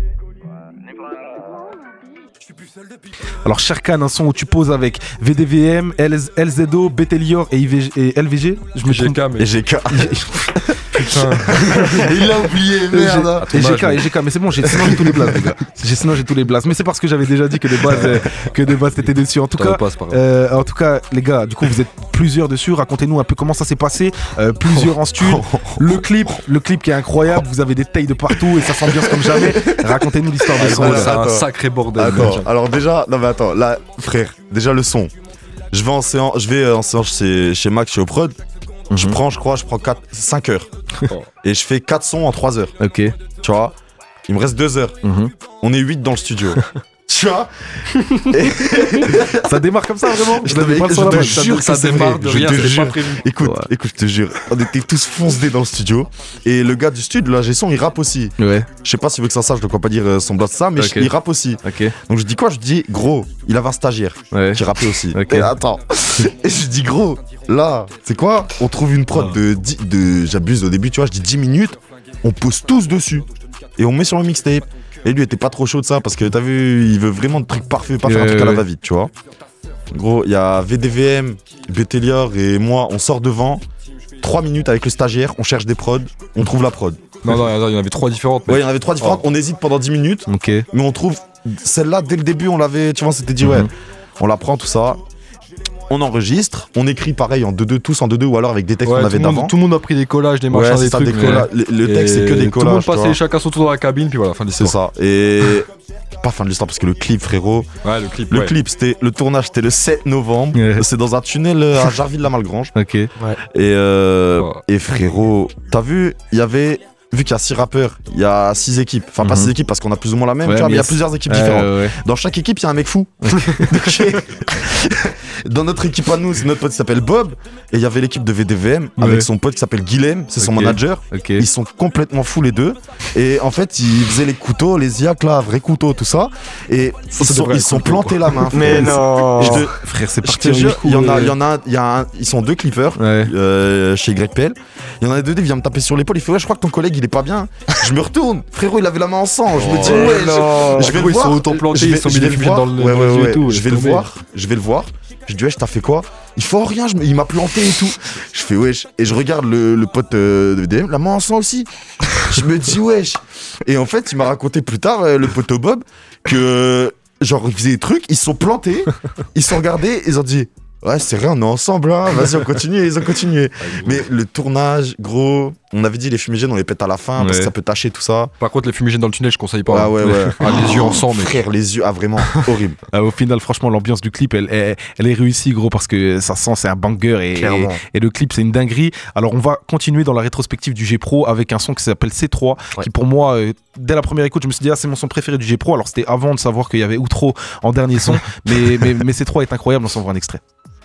Alors Sherkan, un son où tu poses avec V D V M, L Z O, Betelior et, I V G et L V G. Je me G trompe. K, Et mais G K. putain. Il l'a oublié, merde. Et ton G âge, K, et G K, mais c'est bon, j'ai, sinon j'ai tous les blazes, les gars. J'ai, sinon j'ai tous les blazes. Mais c'est parce que j'avais déjà dit que de base, euh, que de base t'étais dessus. En tout Ça cas, repasse, par contre. euh, en tout cas, les gars, du coup, vous êtes plusieurs dessus. Racontez-nous un peu comment ça s'est passé. Euh, plusieurs en studio. Le clip, le clip qui est incroyable. Vous avez des tailles de partout et ça s'ambiance comme jamais. Racontez-nous l'histoire de Ah, ce voilà. son. C'est un attends. sacré bordel. Attends, mec. alors déjà, non mais attends, là, frère, déjà le son. Je vais en séance, je vais en séance chez, chez Max, chez Oprod. Je Mhm. prends, je crois, je prends quatre, cinq heures. Oh. Et je fais quatre sons en trois heures. Ok. Tu vois, il me reste deux heures. Mhm. On est huit dans le studio. Tu vois, Ça démarre comme ça vraiment. Je Vous n'avez te- pas le je son à la te main. jure Ça que c'est démarre vrai. de Je rien, te c'était jure. pas prévu. Écoute, Ouais. écoute, je te jure, on était tous foncés dans le studio. Et le gars du studio, là, j'ai son, il rappe aussi. Ouais. Je sais pas s'il veut que ça sache, je dois pas dire euh, son blast ça, mais Ok. je- il rappe aussi. Ok. Donc je dis quoi? Je dis, gros, il avait un stagiaire Ouais. qui rappait aussi. Ok. Et attends. Et je dis, gros, là, c'est quoi? On trouve une prod de, dix- de j'abuse au début, tu vois, je dis dix minutes, on pose tous dessus. Et on met sur le mixtape. Et lui était pas trop chaud de ça parce que t'as vu, il veut vraiment des trucs parfaits, pas faire un Ouais, truc à la ouais. va-vite, tu vois. Gros, il y a V D V M, Betelior et moi, on sort devant. Trois minutes avec le stagiaire, on cherche des prods, on trouve la prod. Non, non, attends, il y en avait trois différentes. Ouais, mec. il y en avait trois différentes, on hésite pendant dix minutes, Ok. mais on trouve celle-là dès le début, on l'avait, tu vois, on s'était dit, ouais, Mhm. on la prend, tout ça. On enregistre, on écrit pareil en deux deux, tous en deux deux, ou alors avec des textes Ouais, qu'on tout, avait le monde, d'avant. tout le monde a pris des collages, des Ouais, machins, c'est des ça, trucs. des collages. mais- Le, le texte, c'est que Et des tout le collages. monde tu vois. passait chacun son tour dans la cabine, puis voilà, fin de C'est l'histoire. ça. Et pas fin de l'histoire parce que le clip, frérot. Ouais, le clip. Le ouais. clip, c'était le tournage, c'était le sept novembre. Ouais. C'est dans un tunnel euh, à Jarville-la-Malgrange. Ok. Et, euh, Oh. et frérot, t'as vu, il y avait. Vu qu'il y a six rappeurs, il y a six équipes. Enfin, pas Mhm. six équipes parce qu'on a plus ou moins la même, Ouais, tu vois, mais il y a mais plusieurs équipes Euh, différentes. ouais. Dans chaque équipe, il y a un mec fou. Donc, dans notre équipe à nous, c'est notre pote qui s'appelle Bob. Et il y avait l'équipe de V D V M Ouais. avec son pote qui s'appelle Guilhem, c'est son Ok. manager. Ok. Ils sont complètement fous les deux. Et en fait, ils faisaient les couteaux, les iacs là, vrais couteaux, tout ça. Et ils c'est sont, des vrais ils sont couteaux, plantés la main. Mais frère. non. Je te, Frère, c'est je parti. te en jure, une coup, il y en a, euh, il y en a, il y a un- ils sont deux clippers. Ouais. Euh, chez Y P L, il y en a deux, il vient me taper sur l'épaule, il fait ouais je crois que ton collègue il est pas bien. Je me retourne, frérot il avait la main en sang, je me dis Oh ouais je- non. je, vais Gros, le ils voir, sont autant plantés, je vais, ils sont je mis vais des le fluides voir, dans le- ouais, dans ouais, les yeux et ouais, tout, je vais laisse le tomber. voir, je vais le voir, je dis ouais je t'as fait quoi, Il fait oh, rien, je, il m'a planté et tout. Je fais wesh. Et je regarde le, le pote euh, de D M, la main en sang aussi. Je me dis wesh. Et en fait, il m'a raconté plus tard, euh, le poteau Bob, que genre ils faisaient des trucs, ils se sont plantés, ils se sont regardés, ils ont dit ouais, c'est rien, on est ensemble, hein. Vas-y, on continue, et ils ont continué. Mais le tournage, gros, on avait dit les fumigènes, on les pète à la fin, ouais. parce que ça peut tacher tout ça. Par contre, les fumigènes dans le tunnel, je conseille pas. Ah ouais, ouais. Ah, les yeux ensemble. Frère, les yeux, ah vraiment, horrible. Euh, au final, franchement, l'ambiance du clip, elle, elle, elle est réussie, gros, parce que ça sent, c'est un banger, et, et, et le clip, c'est une dinguerie. Alors, on va continuer dans la rétrospective du G-Pro avec un son qui s'appelle C trois, ouais. qui pour moi, euh, dès la première écoute, je me suis dit, ah, c'est mon son préféré du G-Pro. Alors, c'était avant de savoir qu'il y avait Outro en dernier son, mais, mais, mais C trois est incroyable, on s'en voit un extrait.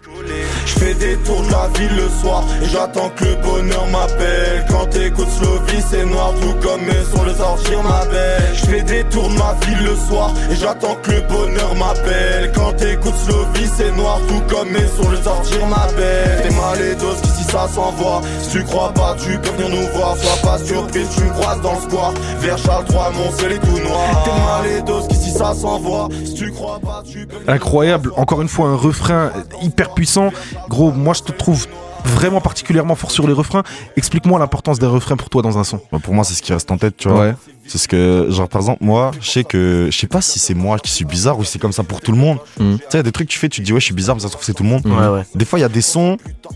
Je fais des tours de la ville le soir et j'attends que le bonheur m'appelle. Quand t'écoutes Slovie c'est noir tout comme mes sons le sortir ma belle. Je fais des tours de ma ville le soir et j'attends que le bonheur m'appelle. Quand t'écoutes Slovie c'est noir tout comme mes sons le sortir ma belle. T'es mal et dose qu'ici ça s'envoie. Si tu crois pas tu peux venir nous voir. Sois pas surprise tu me croises dans le square. Vers Charles trois mon ciel est tout noir. T'es mal et dose qu'ici ça s'envoie. Si tu crois pas tu peux venir. Incroyable, encore une fois un refrain hyper puissant. Gros, moi je te trouve vraiment particulièrement fort sur les refrains. Explique-moi l'importance des refrains pour toi dans un son. Bah pour moi, c'est ce qui reste en tête, tu vois. Ouais. C'est ce que, genre, par exemple, moi, je sais que, je sais pas si c'est moi qui suis bizarre ou si c'est comme ça pour tout le monde. Mm. Tu sais, il y a des trucs que tu fais, tu te dis, ouais, je suis bizarre, mais ça se trouve, c'est tout le monde. Ouais, ouais. Des fois, il y a des sons,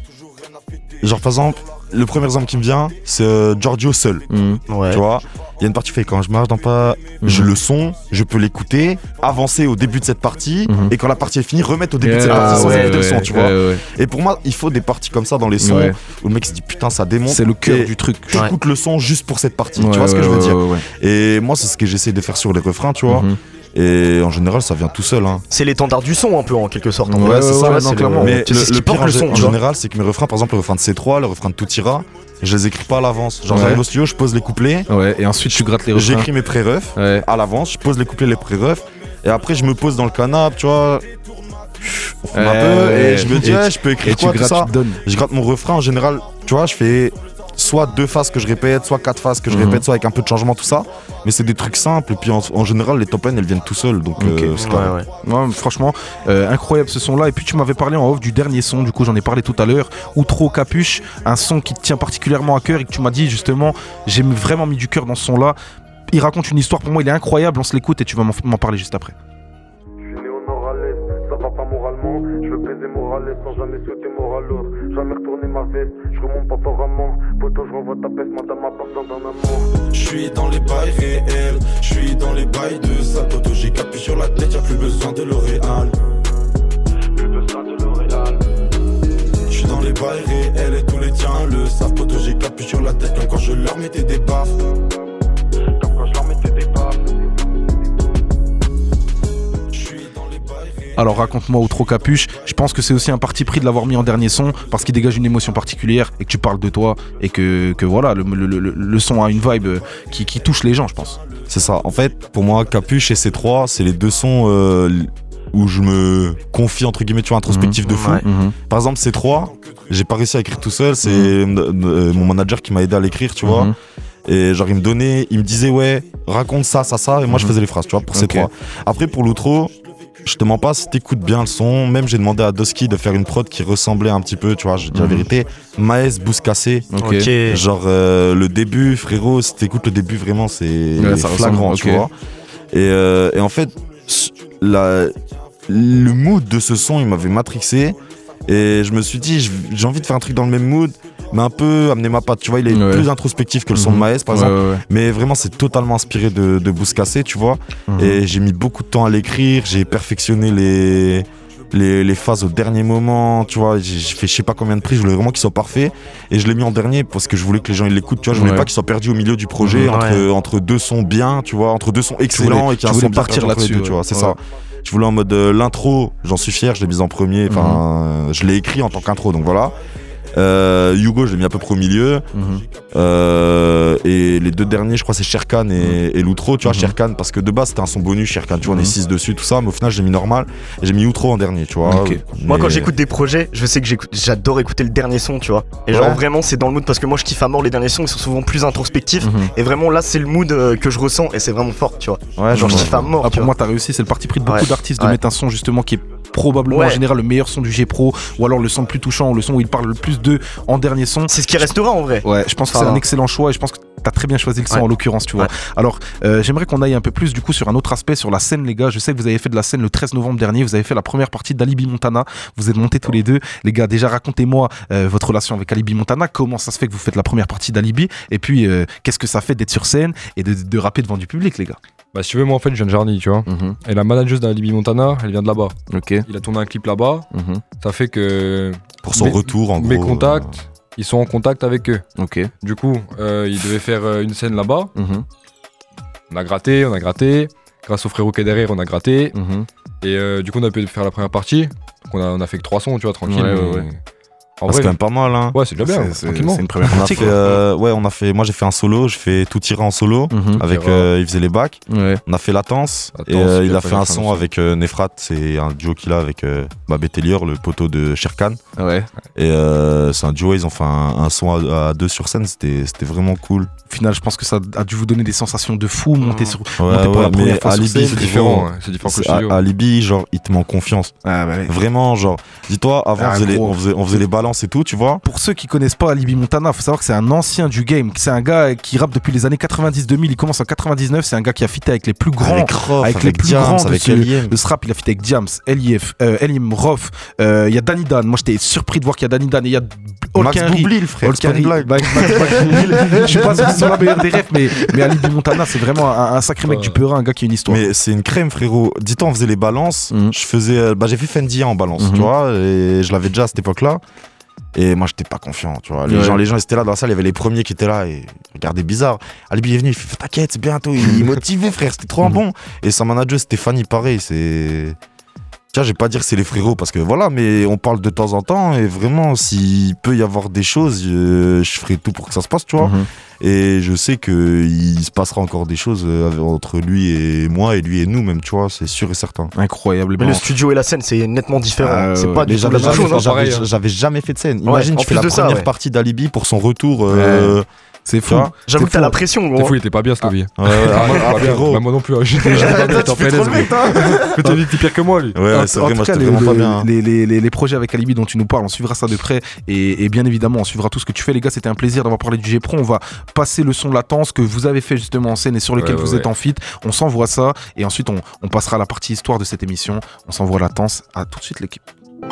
genre, par exemple, le premier exemple qui me vient, c'est euh, Giorgio seul. Mm. Ouais. Tu vois, il y a une partie qui fait quand je marche dans pas, mm. je le son, je peux l'écouter, avancer au début de cette partie, mm. et quand la partie est finie, remettre au début yeah, de cette partie sans écouter ouais, le son, tu ouais, vois. Ouais, ouais. Et pour moi, il faut des parties comme ça dans les sons ouais. où le mec se dit putain, ça démonte. C'est le cœur du truc. Tu écoutes ouais. le son juste pour cette partie, ouais, tu vois ouais, ce que ouais, je veux ouais, dire. Ouais, ouais. Et moi, c'est ce que j'essaie de faire sur les refrains, tu vois. Mm-hmm. Et en général, ça vient tout seul. Hein. C'est l'étendard du son, un peu en quelque sorte. En ouais, ouais, c'est ça, ouais, non, clairement. Le... Mais tu sais le, le pire en, le son, en général, c'est que mes refrains, par exemple, le refrain de C trois, le refrain de Tout ira, je les écris pas à l'avance. Genre, ouais. j'arrive au studio, je pose les couplets. Ouais, et ensuite, tu grattes les refrains. J'écris mes pré-refs ouais. à l'avance, je pose les couplets, les pré-refs. Et après, je me pose dans le canapé, tu vois. On fume ouais, un peu et je me dis, ouais, je peux écrire quoi, tout ça. Je gratte mon refrain en général, tu vois, je fais soit deux phases que je répète, soit quatre phases que je mm-hmm. répète, soit avec un peu de changement, tout ça. Mais c'est des trucs simples. Et puis en, en général, les top lines, elles viennent tout seuls. Donc, okay. euh, c'est ouais, ouais. Ouais, franchement, euh, incroyable ce son-là. Et puis tu m'avais parlé en off du dernier son. Du coup, j'en ai parlé tout à l'heure. Outro Capuche, un son qui te tient particulièrement à cœur et que tu m'as dit justement, j'ai vraiment mis du cœur dans ce son-là. Il raconte une histoire. Pour moi, il est incroyable. On se l'écoute et tu vas m'en, m'en parler juste après. Je veux baiser Morales sans jamais souhaiter moral l'autre. Jamais retourner ma veste, je remonte pas apparemment. Poto, je revois ta peste, madame appartient d'un amour. Je suis dans les bails réels, je suis dans les bails de ça. Toto, j'ai capu sur la tête, y'a plus besoin de L'Oréal. Plus besoin de L'Oréal. Je suis dans les bails réels et tous les tiens le savent. Poto, j'ai capu sur la tête comme quand je leur mettais des baffes. Comme quand je leur mettais des baffes. Alors raconte-moi Outro Capuche, je pense que c'est aussi un parti pris de l'avoir mis en dernier son parce qu'il dégage une émotion particulière et que tu parles de toi et que, que voilà, le, le, le, le son a une vibe qui, qui touche les gens, je pense. C'est ça, en fait pour moi Capuche et C trois c'est les deux sons euh, où je me confie entre guillemets, tu vois, introspectif mmh, de fou. Ouais. Mmh. Par exemple C trois, j'ai pas réussi à écrire tout seul, c'est mmh. euh, mon manager qui m'a aidé à l'écrire, tu mmh. vois. Et genre il me donnait, il me disait ouais, raconte ça, ça, ça, et moi mmh. je faisais les phrases, tu vois, pour C trois. Okay. Après pour l'outro, je te mens pas, si t'écoutes bien le son, même j'ai demandé à Dosky de faire une prod qui ressemblait un petit peu, tu vois, je dis mmh. la vérité, Maes Bouscassé. Okay. Okay. Genre euh, le début, frérot, si t'écoutes le début, vraiment c'est ouais, flagrant, okay. tu vois. Et, euh, et en fait, la, le mood de ce son, il m'avait matrixé. Et je me suis dit, j'ai envie de faire un truc dans le même mood, mais un peu amener ma patte, tu vois, il est ouais. plus introspectif que le son mmh. de Maes par exemple, ouais, ouais, ouais. mais vraiment c'est totalement inspiré de, de Bouscassé, tu vois, mmh. et j'ai mis beaucoup de temps à l'écrire, j'ai perfectionné les, les, les phases au dernier moment, tu vois, j'ai, j'ai fait je sais pas combien de prises, je voulais vraiment qu'il soit parfait, et je l'ai mis en dernier parce que je voulais que les gens ils l'écoutent, tu vois, je voulais ouais. pas qu'il soit perdu au milieu du projet, mmh. entre, ouais. entre deux sons bien, tu vois, entre deux sons excellents et qu'il y a un son partir là-dessus, deux, tu vois, c'est ouais. ça. Je voulais en mode euh, l'intro, j'en suis fier, je l'ai mis en premier, enfin mmh. euh, je l'ai écrit en tant qu'intro, donc voilà. Euh, Hugo, je l'ai mis à peu près au milieu. Mmh. Euh, et les deux derniers, je crois, c'est Sherkan et, et l'outro, tu vois, mmh. Sherkan, parce que de base c'était un son bonus, Sherkan, tu vois, mmh. on est six dessus, tout ça, mais au final, j'ai mis normal et j'ai mis outro en dernier, tu vois. Okay. Mais... Moi, quand j'écoute des projets, je sais que j'adore écouter le dernier son, tu vois. Et ouais. genre, vraiment, c'est dans le mood, parce que moi, je kiffe à mort les derniers sons, ils sont souvent plus introspectifs. Mmh. Et vraiment, là, c'est le mood euh, que je ressens et c'est vraiment fort, tu vois. Ouais, genre, je kiffe à mort. Ah, pour moi, t'as réussi, c'est le parti pris de beaucoup ouais. d'artistes de ouais. mettre un son justement qui est probablement Ouais. en général le meilleur son du G-Pro, ou alors le son le plus touchant, ou le son où il parle le plus d'eux en dernier son. C'est ce qui restera en vrai. Ouais, je pense que Enfin, c'est un excellent choix et je pense que t'as très bien choisi le son Ouais. en l'occurrence, tu vois. Ouais. Alors, euh, j'aimerais qu'on aille un peu plus du coup sur un autre aspect, sur la scène, les gars. Je sais que vous avez fait de la scène le treize novembre dernier, vous avez fait la première partie d'Alibi Montana, vous êtes montés tous les deux. Les gars, déjà racontez-moi euh, votre relation avec Alibi Montana, comment ça se fait que vous faites la première partie d'Alibi, et puis euh, qu'est-ce que ça fait d'être sur scène et de, de rapper devant du public, les gars. Bah, si tu veux, moi en fait, je viens de Jarny, tu vois. Mm-hmm. Et la manageuse d'Alibi Montana, elle vient de là-bas. Ok. Il a tourné un clip là-bas. Mm-hmm. Ça fait que. Pour son mes- retour, en Mes gros. contacts, euh, ils sont en contact avec eux. Ok. Du coup, euh, ils devaient faire euh, une scène là-bas. Mm-hmm. On a gratté, on a gratté. Grâce au frérot qui est derrière, on a gratté. Mm-hmm. Et euh, du coup, on a pu faire la première partie. Donc on a, on a fait que trois sons, tu vois, tranquille. Ouais, ouais, mais- ouais. En ah, c'est vrai, quand même pas mal, hein. ouais, c'est déjà bien, C'est- c'est- tranquillement. c'est une première On a partie, fait, quoi. euh, ouais, on a fait. Moi, j'ai fait un solo. Je fais tout tiré en solo. Mhm. Avec, Tira. euh, il faisait les bacs. Ouais. On a fait Latence. Latence, Et euh, puis il a après, fait j'ai un fait un son son. avec euh, Nefrat. C'est un duo qu'il a avec euh, Babé Tellier, le poteau de Sherkan. Ouais. Et euh, c'est un duo. Ils ont fait un, un son à, à deux sur scène. C'était c'était vraiment cool. Au final, je pense que ça a dû vous donner des sensations de fou, monter sur. Ouais, monter pour ouais, la première mais fois sur Alibi, scène. c'est différent, ouais, c'est différent que le C'est- studio. à- Alibi, genre, il te met en confiance. Ah, bah ouais. Vraiment, genre, dis-toi, avant, Ah, on, faisait les, gros. on, faisait, on faisait les balances et tout, tu vois. Pour ceux qui connaissent pas Alibi Montana, faut savoir que c'est un ancien du game. C'est un gars qui rappe depuis les années quatre-vingt-dix deux mille. Il commence en quatre-vingt-dix-neuf. C'est un gars qui a fité avec les plus grands. Avec Rof, avec avec, les plus Diams, grands de avec ce- L I M. de ce rap. Il a fité avec Diams, L I F, euh, L I M, Rof. euh, Il y a Danny Dan. Moi, j'étais surpris de voir qu'il y a Danny Dan et il y a Max Olkenry. Boublil, frère. c'est pas une Olkenry, blague. Max- Max- Max Boublil. Je suis pas sûr qu'ils sont la meilleure des refs, mais, mais Alibi Montana, c'est vraiment un, un sacré mec Ouais. du Peura, un gars qui a une histoire. Mais c'est une crème, frérot. Dis-toi, on faisait les balances. Mhm. Je faisais. euh, Bah, j'ai fait Fendi en balance, Mhm. tu vois. Et je l'avais déjà à cette époque-là. Et moi, j'étais pas confiant, tu vois. Les, Ouais. gens, les gens, ils étaient là dans la salle. Il y avait les premiers qui étaient là et ils regardaient bizarre. Alibi est venu, il fait t'inquiète, c'est bientôt. Il est motivé, frère. C'était trop Mhm. bon. Et sa manager, Stéphanie, pareil. C'est. Tiens, je vais pas dire que c'est les frérots parce que voilà, mais on parle de temps en temps et vraiment, s'il peut y avoir des choses, euh, je ferai tout pour que ça se passe, tu vois. Mhm. Et je sais qu'il se passera encore des choses euh, entre lui et moi et lui et nous même, tu vois, c'est sûr et certain. Incroyable. Mais le studio et la scène, c'est nettement différent. Ah, c'est ouais. pas Mais du tout j'avais la même jamais, chose. hein. j'avais- pareil, hein. j'avais jamais fait de scène. Ouais, Imagine, en tu fais plus la de ça, première ouais. partie d'Alibi pour son retour. euh, C'est tu fou. vois. J'avoue C'est que t'as fou. la pression, T'es gros. fou, il était pas bien, cette vie. Ouais, ouais, ah, Pas ah, bien. frérot. Bah, moi non plus, hein. j'étais j'étais pas bien, j'étais en P L S, gros. Mais t'es t'es pire que moi, lui. Ouais, ouais, c'est En vrai, tout moi cas, j'étais les, vraiment pas le- bien. hein. les, les, les, les projets avec Alibi dont tu nous parles, on suivra ça de près. Et, et bien évidemment, on suivra tout ce que tu fais, les gars. C'était un plaisir d'avoir parlé du G-Pro. On va passer le son Latence que vous avez fait justement en scène et sur lequel Ouais, vous ouais, êtes ouais. en feat. On s'envoie ça. Et ensuite, on, on passera à la partie histoire de cette émission. On s'envoie Latence. À tout de suite, l'équipe.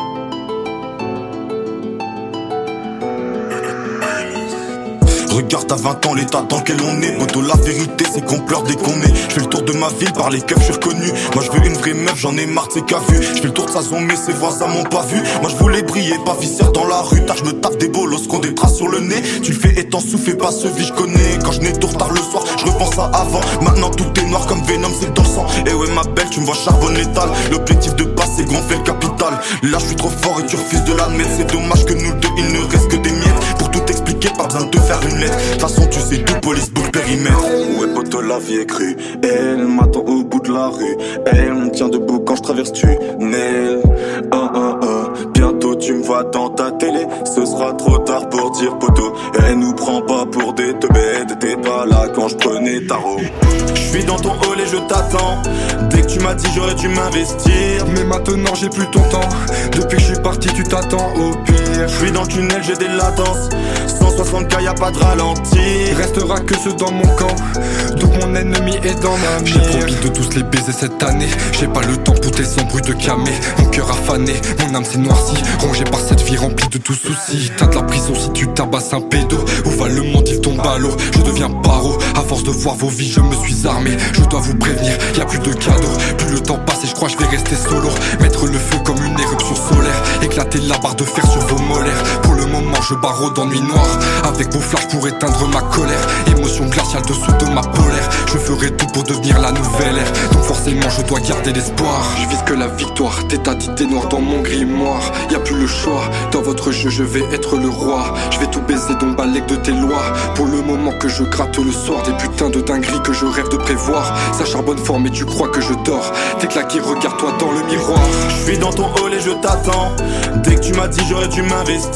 Regarde à vingt ans l'état dans lequel on est. Poto, la vérité c'est qu'on pleure dès qu'on est. Je fais le tour de ma ville par les keufs, je suis reconnu. Moi je veux une vraie meuf, j'en ai marre de ses cas vus. Je fais le tour de sa zone mais ses voisins m'ont pas vu. Moi je voulais briller, pas viscère dans la rue. Tard je me tape des bolos qu'on des traces sur le nez. Tu le fais étant soufflé, pas ce vie je connais. Quand je n'ai tour tard le soir, je repense à avant. Maintenant tout est noir comme Venom, c'est dans le sang. Et ouais ma belle, tu me vois charbonne létal. L'objectif de base c'est gonfler le capital. Là je suis trop fort et tu refuses de l'admettre. C'est dommage que nous deux il ne reste que des miettes. Pour tout expliquer, pas besoin de te faire une lettre. De toute façon tu sais tout, police book périmètre. Ouais poto, la vie est crue. Elle m'attend au bout de la rue. Elle me tient debout quand je traverse tunnel. Oh oh oh, bientôt tu me vois dans ta télé. Ce sera trop tard pour dire poto. Elle nous prend pas pour des teubés. T'étais pas là quand je prenais ta roue. Je suis dans ton hall et je t'attends. Dès que tu m'as dit j'aurais dû m'investir. Mais maintenant j'ai plus ton temps. Depuis que je suis parti tu t'attends au pire. Je suis dans le tunnel, j'ai des latences. cent soixante K, y'a pas de ralenti. Il restera que ceux dans mon camp. Donc mon ennemi est dans ma J'ai mire. promis de tous les baiser cette année. J'ai pas le temps pour tes embrouilles de camé. Mon cœur affané, mon âme s'est noircie. Rongée par cette vie remplie de tout soucis. T'as de la prison si tu tabasses un pédo. Où va le monde, il tombe à l'eau. Je deviens paro, à force de voir vos vies, je me suis armé. Je dois vous prévenir, y a plus de cadeaux. Plus le temps passe et je crois que je vais rester solo. Mettre le feu comme une éruption solaire. Éclater la barre de fer sur vos molaires. Pour le moment, je barreau d'ennui noir. Avec vos flashs pour éteindre ma colère. Émotion glaciale dessous de ma polaire. Je ferai tout pour devenir la nouvelle ère. Donc forcément je dois garder l'espoir. Je vise que la victoire, t'es d'idées noires dans mon grimoire. Y a plus le choix, dans votre jeu je vais être le roi. Je vais tout baiser donc balèque de tes lois. Pour le moment que je gratte le soir. Des putains de dingueries que je rêve de prévoir. Ça charbonne fort mais tu crois que je dors. T'es claqué, regarde-toi dans le miroir. Je suis dans ton hall et je t'attends. Dès que tu m'as dit j'aurais dû m'investir.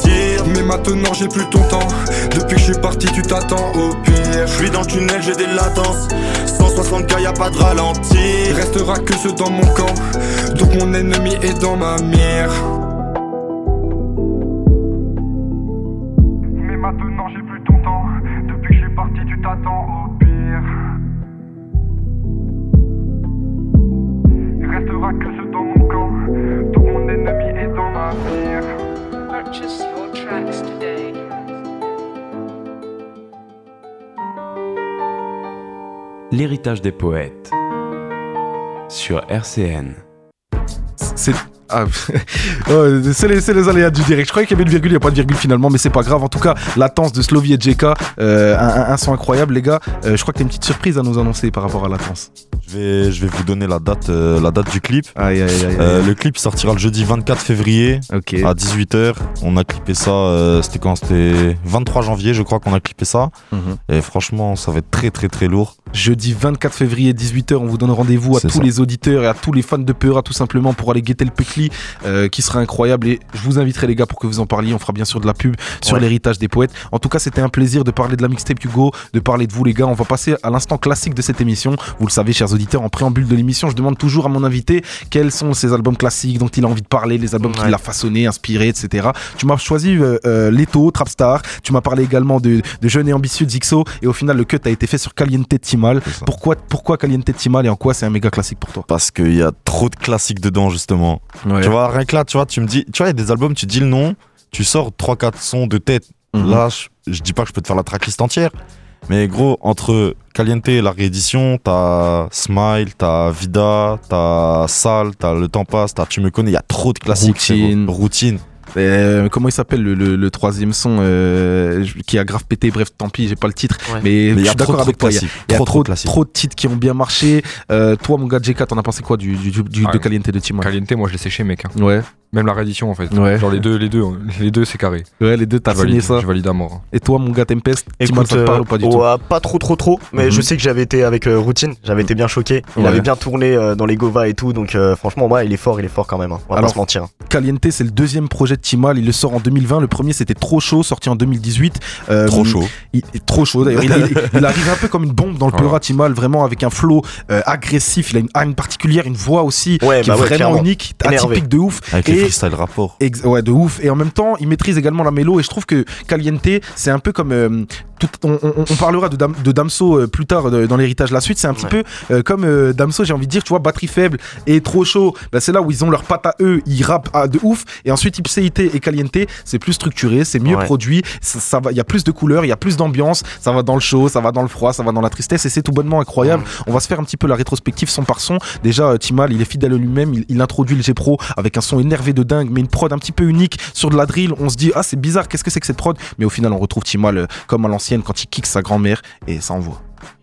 Mais maintenant j'ai plus ton temps. Depuis que je suis parti tu t'attends au pire. Je suis dans le tunnel, j'ai des latences. cent soixante K, y'a pas de ralenti. Il restera que ceux dans mon camp. Donc mon ennemi est dans ma mire. Mais maintenant j'ai plus ton temps. Depuis que je suis parti tu t'attends au pire. Il restera que ceux dans mon camp. Donc mon ennemi est dans ma mire. Purchase your tracks today. L'héritage des poètes sur R C N. C'est... Ah, oh, c'est, les, c'est les aléas du direct. Je croyais qu'il y avait une virgule, il n'y a pas de virgule finalement, mais c'est pas grave. En tout cas, Latence de Slovy et J K, euh, un, un, un son incroyable, les gars. Euh, je crois que tu as une petite surprise à nous annoncer par rapport à Latence. Je vais, je vais vous donner la date, euh, la date du clip. Aïe, aïe, aïe, euh, aïe. Le clip sortira le jeudi vingt-quatre février okay. à dix-huit heures. On a clippé ça, euh, c'était quand C'était vingt-trois janvier, je crois qu'on a clippé ça. Mm-hmm. Et franchement, ça va être très, très, très lourd. Jeudi vingt-quatre février, dix-huit heures, on vous donne rendez-vous à c'est tous ça. Les auditeurs et à tous les fans de Peura, tout simplement, pour aller guetter le Pekli, euh, qui sera incroyable. Et je vous inviterai, les gars, pour que vous en parliez. On fera bien sûr de la pub sur ouais. l'héritage des poètes. En tout cas, c'était un plaisir de parler de la mixtape Hugo, de parler de vous, les gars. On va passer à l'instant classique de cette émission. Vous le savez, chers auditeurs, en préambule de l'émission, je demande toujours à mon invité quels sont ses albums classiques dont il a envie de parler, les albums ouais. qui l'a façonné, inspiré, et cetera. Tu m'as choisi euh, euh, Leto, Trapstar. Tu m'as parlé également de, de Jeune et Ambitieux, Zixo. Et au final, le cut a été fait sur Caliente Timal. Pourquoi, pourquoi Caliente Timal et en quoi c'est un méga classique pour toi? Parce qu'il y a trop de classiques dedans, justement. Ouais. Tu vois, rien que là, tu vois, tu me dis, tu vois, il y a des albums, tu dis le nom, tu sors trois quatre sons de tête. Mm-hmm. Là, je, je dis pas que je peux te faire la tracklist entière. Mais gros, entre Caliente et la réédition, t'as Smile, t'as Vida, t'as Sal, t'as Le Temps Passe, t'as Tu Me Connais, il y a trop de classiques. Routine. Routine. Euh, comment il s'appelle le, le, le troisième son euh, qui a grave pété, bref tant pis j'ai pas le titre ouais. mais, mais je suis d'accord avec toi, il y a, y a trop, trop, trop, trop de titres qui ont bien marché. Euh, toi mon gars J K, t'en as pensé quoi du, du, du ah, de Caliente de Timal? Caliente, moi je l'ai séché mec hein. Ouais. Même la réédition en fait. Ouais. Genre les deux, les deux, les deux c'est carré. Ouais, les deux t'as signé ça. Je valide à mort. Et toi mon gars Tempest, Timal ça te parle ou pas du ouais, tout? Pas trop trop trop, mais mm-hmm. je sais que j'avais été avec euh, Routine, j'avais été bien choqué. Il ouais. avait bien tourné euh, dans les Gova et tout, donc euh, franchement moi il est fort, il est fort quand même. Hein. On va Alors, pas se mentir. Caliente c'est le deuxième projet de Timal, il le sort en deux mille vingt. Le premier c'était Trop Chaud, sorti en deux mille dix-huit. Euh, trop chaud. Il est trop chaud d'ailleurs. il, il, il arrive un peu comme une bombe dans le Peura Timal, vraiment avec un flow euh, agressif. Il a une âme particulière, une voix aussi ouais, qui bah est ouais, vraiment clairement. unique, Énervé. atypique de ouf. Avec et les freestyle rapport. Ex- ouais, de ouf. Et en même temps, il maîtrise également la mélo. Et je trouve que Caliente, c'est un peu comme. Euh, tout, on, on, on parlera de, Dam, de Damso euh, plus tard de, dans l'héritage de la suite. C'est un petit ouais. peu euh, comme euh, Damso, j'ai envie de dire, tu vois, batterie faible et Trop Chaud. Bah, c'est là où ils ont leur patte à eux, ils rappent à, de ouf. Et ensuite, Ipséité et Caliente, c'est plus structuré, c'est mieux ouais. produit. Ça, ça va, il y a plus de couleurs, il y a plus d'ambiance. Ça va dans le chaud, ça va dans le froid, ça va dans la tristesse. Et c'est tout bonnement incroyable. Ouais. On va se faire un petit peu la rétrospective son par son. Déjà, euh, Timal, il est fidèle à lui-même. Il, il introduit le G-Pro avec un son énervé de dingue, mais une prod un petit peu unique sur de la drill. On se dit, ah, c'est bizarre, qu'est-ce que c'est que cette prod? Mais au final, on retrouve Timal euh, comme à l'ancienne quand il kick sa grand-mère et ça envoie.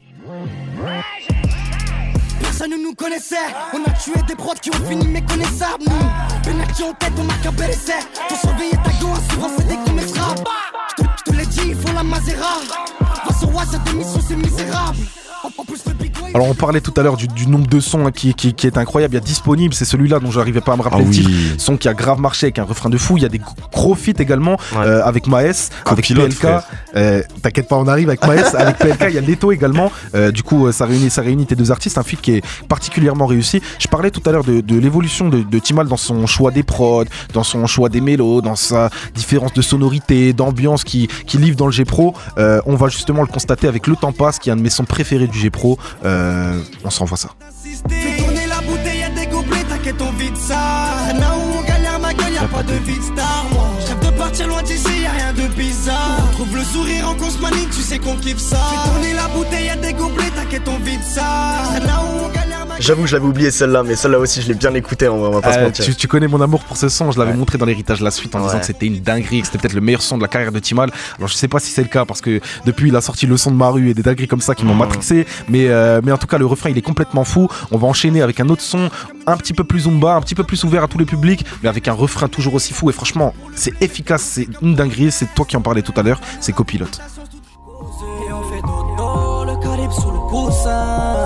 Personne ne nous connaissait, on a tué des prods qui ont fini méconnaissables. Nous, Penalty en tête, on marque un bel essai. Pour surveiller ta go, souvent c'est des gros rap. Je te, je te l'ai dit, ils font la Mazera. Va sur Wa, cette émission c'est misérable. En plus, le big boy. Alors on parlait tout à l'heure du, du nombre de sons hein, qui, qui, qui est incroyable. Il y a Disponible, c'est celui-là dont j'arrivais pas à me rappeler ah oui. le titre. Son qui a grave marché avec un refrain de fou. Il y a des gros feats également ouais. euh, avec Maes, avec P L K. Euh, t'inquiète pas, on arrive avec Maes, avec P L K. Il y a Leto également. Euh, du coup, ça réunit, ça réunit tes deux artistes. Un feat qui est particulièrement réussi. Je parlais tout à l'heure de, de l'évolution de, de Timal dans son choix des prods, dans son choix des mélos, dans sa différence de sonorité, d'ambiance qui, qui livre dans le G-Pro. Euh, on va justement le constater avec Le Temps Passe, qui est un de mes sons préférés du G-Pro. Euh, on s'envoie ça. Fais tourner la bouteille, y'a des gobelets, t'inquiète on vide ça. Là où on galère ma gueule, y'a pas de vie de star. Je rêve de partir loin d'ici, y'a rien de bizarre. On trouve le sourire en cosmanique, tu sais qu'on kiffe ça. Fais tourner la bouteille, y'a des gobelets, t'inquiète on vide ça. Là où on galère ma gueule. J'avoue que je l'avais oublié celle-là, mais celle-là aussi je l'ai bien écoutée, on va pas euh, se mentir. Tu, tu connais mon amour pour ce son, je l'avais ouais. montré dans l'héritage de la suite en ouais. disant que c'était une dinguerie, que c'était peut-être le meilleur son de la carrière de Timal. Alors je sais pas si c'est le cas parce que depuis il a sorti le son de Maru et des dingueries comme ça qui m'ont mmh. matrixé, mais, euh, mais en tout cas le refrain il est complètement fou. On va enchaîner avec un autre son un petit peu plus zumba, un petit peu plus ouvert à tous les publics, mais avec un refrain toujours aussi fou et franchement c'est efficace, c'est une dinguerie, c'est toi qui en parlais tout à l'heure, c'est Copilote. Et on fait dodo, le calibre sous le coussin.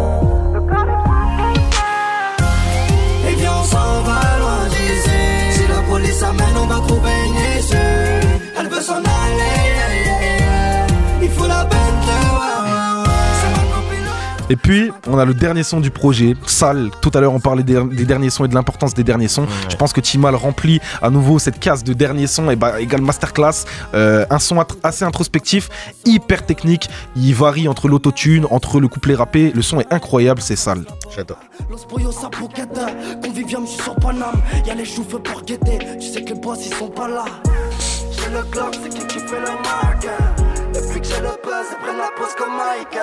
Et viens on s'en va loin d'ici. Si la police amène on va trop baigner. s'en aller. Il faut la bête. Et puis, on a le dernier son du projet, Sale. Tout à l'heure, on parlait des, des derniers sons et de l'importance des derniers sons. Ouais. Je pense que Timal remplit à nouveau cette case de derniers sons, et bah, égale masterclass. Euh, un son at- assez introspectif, hyper technique. Il varie entre l'autotune, entre le couplet rappé. Le son est incroyable, c'est Sale. J'adore. Los pollos à Phuket, convivium, je suis sur Paname. Y'a les chauffeurs pour guetter, tu sais que les boss ils sont pas là. J'ai le Glock, c'est qui qui fait le marque. Depuis que j'ai le buzz, ils prennent la pause comme Mike.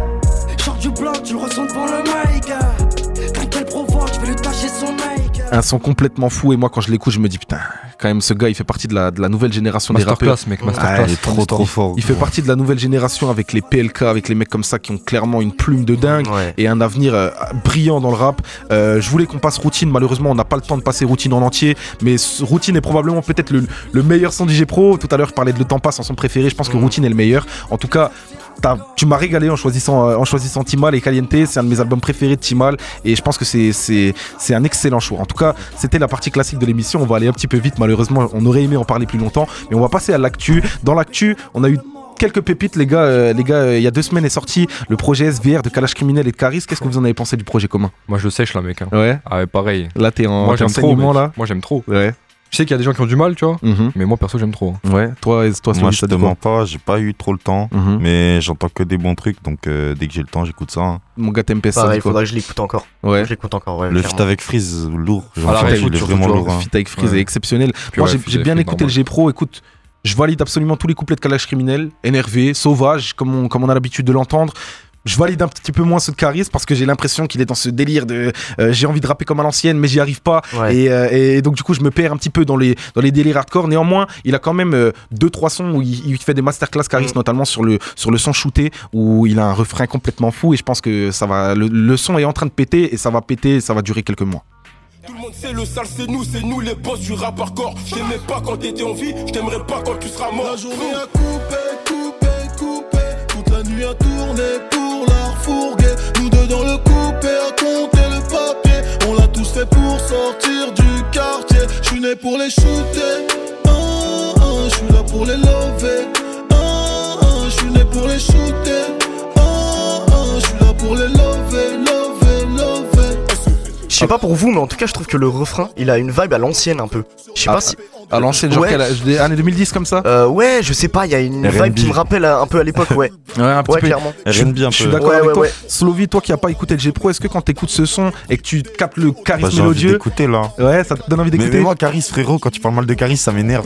Sors du bloc, tu le ressens devant le mic. Quand elle provoque, je vais lui tâcher son Nike. Un son complètement fou, et moi quand je l'écoute, je me dis putain, quand même ce gars il fait partie de la, de la nouvelle génération des rappeurs. Masterclass, mec, masterclass. Ouais, il est trop trop fort. Il fait partie de la nouvelle génération avec les P L K, avec les mecs comme ça qui ont clairement une plume de dingue Ouais. et un avenir euh, brillant dans le rap. Euh, je voulais qu'on passe Routine, malheureusement on n'a pas le temps de passer Routine en entier, mais ce- Routine est probablement peut-être le, le meilleur son D J Pro. Tout à l'heure je parlais de Le Temps Passe en son préféré, je pense que Routine est le meilleur. En tout cas, t'as- tu m'as régalé en choisissant, euh, en choisissant Timal et Caliente, c'est un de mes albums préférés de Timal et je pense que c'est, c'est, c'est un excellent choix. En tout cas, c'était la partie classique de l'émission, on va aller un petit peu vite, malheureusement on aurait aimé en parler plus longtemps, mais on va passer à l'actu. Dans l'actu, on a eu quelques pépites, les gars. Euh, les gars, euh, il y a deux semaines est sorti le projet S V R de Kalash Criminel et de Caris. Qu'est-ce que vous en avez pensé du projet commun? Moi je le sèche là, mec. Hein. Ouais. Ah ouais, pareil. Là, t'es en, Moi t'es j'aime en trop. saignement, mec. là. Moi j'aime trop. Ouais. Je sais qu'il y a des gens qui ont du mal, tu vois. Mhm. Mais moi perso j'aime trop. hein. Ouais. Toi, et- toi, Moi, Slovi, je ça te dit quoi? mens pas, j'ai pas eu trop le temps, Mhm. mais j'entends que des bons trucs, donc euh, dès que j'ai le temps, j'écoute ça. hein. Mon gars, t'aimes ça Pareil, dit il quoi? faudra que je l'écoute encore. Ouais. Je l'écoute encore, ouais. Le clairement. feat avec Freeze, lourd. Ah, la J'entends, réécoute, il est surtout, vraiment tu vois. lourd. hein. Le feat avec Freeze Ouais. est exceptionnel. Puis Moi, ouais, j'ai, Freeze j'ai avec bien Freeze, écouté normal. le G-Pro. Écoute, je valide absolument tous les couplets de Kalash Criminel. Énervé, sauvage, comme on, comme on a l'habitude de l'entendre. Je valide un petit peu moins ceux de Caris parce que j'ai l'impression qu'il est dans ce délire de euh, j'ai envie de rapper comme à l'ancienne mais j'y arrive pas. Ouais. Et, euh, et donc du coup je me perds un petit peu dans les, dans les délires hardcore. Néanmoins il a quand même euh, deux trois sons où il, il fait des masterclass Caris, Mm. notamment sur le, sur le son shooté où il a un refrain complètement fou et je pense que ça va, le, le son est en train de péter et ça va péter, ça va durer quelques mois. Tout le monde sait le sale c'est nous, c'est nous les boss du rap hardcore. Je t'aimais pas quand t'étais en vie, je t'aimerais pas quand tu seras mort. La journée a coupé, coupé, coupé. Toute la nuit a tourné pour la refourguer. Nous deux dans le coupé à compter le papier. On l'a tous fait pour sortir du quartier. Je suis né pour les shooter. Ah, ah, je suis là pour les lover. Ah, ah, je suis né pour les shooter. Ah, ah, je suis là pour les lover, lover, lover. Je sais pas pour vous, mais en tout cas, je trouve que le refrain, il a une vibe à l'ancienne un peu. Je sais Ah, pas si. À l'ancienne, genre Ouais. quelle, des années deux mille dix comme ça. Euh, ouais, je sais pas, il y a une R and B. vibe qui me rappelle un peu à l'époque, ouais. Ouais, un petit Ouais, peu. clairement. Je, R and B un je suis peu. d'accord Ouais, avec ouais, toi. ouais. Slovi, toi qui n'as pas écouté le G-Pro, est-ce que quand t'écoutes ce son et que tu captes le Bah, charisme j'ai envie mélodieux, d'écouter là. ouais, ça te donne envie Mais, d'écouter? mais moi, Caris, frérot, quand tu parles mal de Caris, ça m'énerve.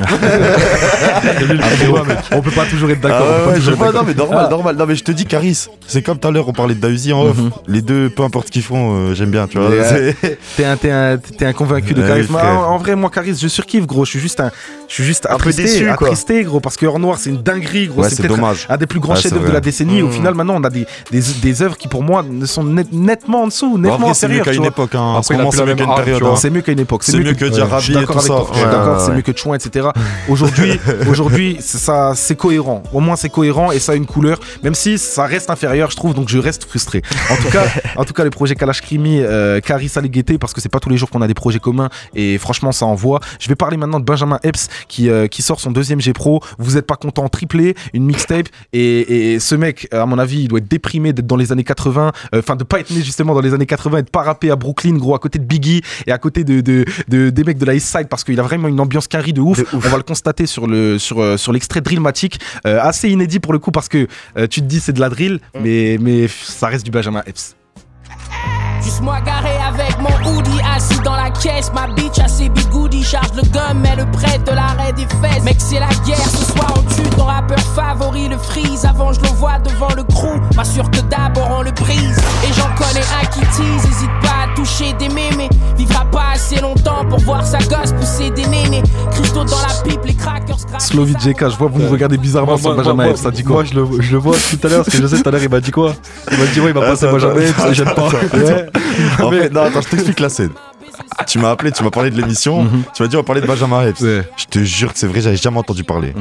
Après, ouais, mec, on peut pas toujours être d'accord. Ah on peut ouais, pas ouais, je toujours vois, être non, mais d'accord. normal, Ah. normal. Non, mais je te dis, Caris, c'est comme tout à l'heure, on parlait de Dausi en off. Mhm. Les deux, peu importe ce qu'ils font, euh, j'aime bien, tu vois. Mais, C'est- T'es un, t'es un, t'es un convaincu de Ouais, charisme. frère. Ah, en, en vrai, moi, charisme, je surkiffe, gros. Je suis juste un, je suis juste Un peu attristé, déçu, quoi. attristé, gros, parce que Hors Noir, c'est une dinguerie, gros. Ouais, c'est c'est peut-être dommage. un des plus grands Ouais, c'est chefs-d'œuvre de vrai. la décennie. Au Mhm. final, maintenant, on a des, des, des œuvres qui, pour moi, ne sont net- nettement en dessous, Bon, nettement après, c'est mieux inférieures. qu'à tu une vois. époque. Hein. En ce Après, il a moment, plus c'est la mieux même qu'à une art, période. tu vois. hein. C'est mieux qu'à une époque. C'est mieux que Djarabi Je suis et d'accord tout avec ça. toi. Je suis Ouais, d'accord, ouais, c'est ouais. mieux que Chouin, et cetera. Aujourd'hui, aujourd'hui, c'est ça, c'est cohérent. Au moins, c'est cohérent et ça a une couleur. Même si ça reste inférieur, je trouve. Donc, je reste frustré. En tout cas, en tout cas, les projets Kalash Krimi, euh, Caris Aligueté, parce que c'est pas tous les jours qu'on a des projets communs et franchement, ça envoie. Je vais parler maintenant de Benjamin Epps qui euh, qui sort son deuxième G-Pro. Vous êtes pas content, triplé, une mixtape et, et ce mec, à mon avis, il doit être déprimé d'être dans les années quatre-vingts, enfin euh, de pas être né justement dans les années quatre-vingts et de pas rapper à Brooklyn, gros, à côté de Biggie et à côté de, de, de des mecs de la East Side parce qu'il a vraiment une ambiance carry de ouf. De ouf. On va le constater sur le sur euh, sur l'extrait Drillmatic, euh, assez inédit pour le coup parce que euh, tu te dis c'est de la drill, mais mais ça reste du Benjamin Epps. Juste moi garé avec mon hoodie, assis dans la caisse, ma bitch a ses bigoudis, charge le gun, met le prêt de l'arrêt des fesses. Mec c'est la guerre, ce soir on tue ton rappeur favori, le freeze. Avant je le vois devant le crew, m'assure que d'abord on le brise. Et j'en connais un qui tease, hésite pas à toucher des mémés. Vivra pas assez longtemps pour voir sa gosse pousser des nénés. Cristaux dans la pipe, les crackers craquent. Slovi J K, je vois vous me regardez bizarrement Moi, sur moi, Benjamin moi, Epps, ça dit quoi? Moi, je le, je le vois tout à l'heure, parce que je sais tout à l'heure, il m'a dit quoi? Il m'a dit, ouais, il va passer Benjamin Epps, ça gêne pas. Ouais. En fait, non, attends, je t'explique la scène. Tu m'as appelé, tu m'as parlé de l'émission, Mhm. tu m'as dit on va parler de Benjamin Epps. Ouais. Je te jure que c'est vrai, j'avais jamais entendu parler. Mhm.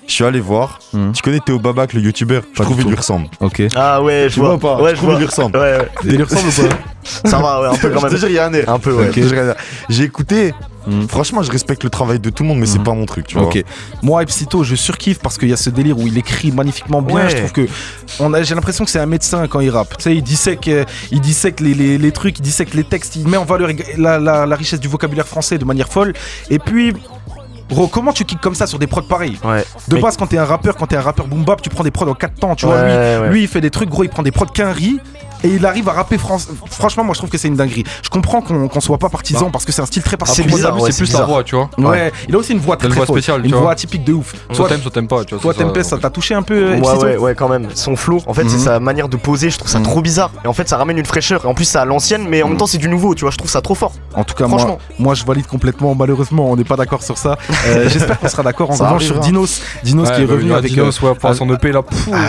Je suis allé voir. Mmh. Tu connais Théo Babac, le youtubeur? Je trouve qu'il lui ressemble. Ok. Ah ouais, je tu vois. vois pas. Ouais, je trouve qu'il lui ressemble. Ouais, ouais. Il lui ressemble ou pas? Ça va, ouais, un peu quand même. Je te jure, il y a un air. Un peu, ouais. Okay. J'ai écouté. Mmh. Franchement, je respecte le travail de tout le monde, mais mmh. c'est pas mon truc, tu vois. Ok. Moi, Ipsito, je surkiffe parce qu'il y a ce délire où il écrit magnifiquement bien. Ouais. Je trouve que on a, j'ai l'impression que c'est un médecin quand il rappe. Tu sais, il dissèque, il dissèque les, les, les trucs, il dissèque les textes, il met en valeur la, la, la richesse du vocabulaire français de manière folle. Et puis. Bro, comment tu kicks comme ça sur des prods pareils? Ouais. De mais... base, quand t'es un rappeur, quand t'es un rappeur boom bap, tu prends des prods en quatre temps, tu ouais, vois. Lui, ouais. lui, il fait des trucs, gros, il prend des prods qu'un riz. Et il arrive à rapper France. Franchement, moi je trouve que c'est une dinguerie. Je comprends qu'on qu'on soit pas partisan bah. parce que c'est un style très particulier. C'est bizarre, ouais, c'est plus bizarre. La voix, tu vois. Ouais. ouais. Il a aussi une voix très, une très voix spéciale, une voix atypique de ouf. Soit t'aimes, soit t'aimes pas, tu vois. Toi t'aimes pas, ça t'a touché un peu. Ouais, ouais, ouais, quand même. Son flow, en fait, mm-hmm. c'est sa manière de poser. Je trouve ça mm-hmm. trop bizarre. Et en fait, ça ramène une fraîcheur. Et en plus, c'est à l'ancienne, mais en mm-hmm. même temps, c'est du nouveau. Tu vois, je trouve ça trop fort. En tout cas, moi, moi, je valide complètement. Malheureusement, on n'est pas d'accord sur ça. Euh, J'espère qu'on sera d'accord. En revanche, sur Dinos, Dinos qui est revenu avec Dinos, ouais, pour son E P là.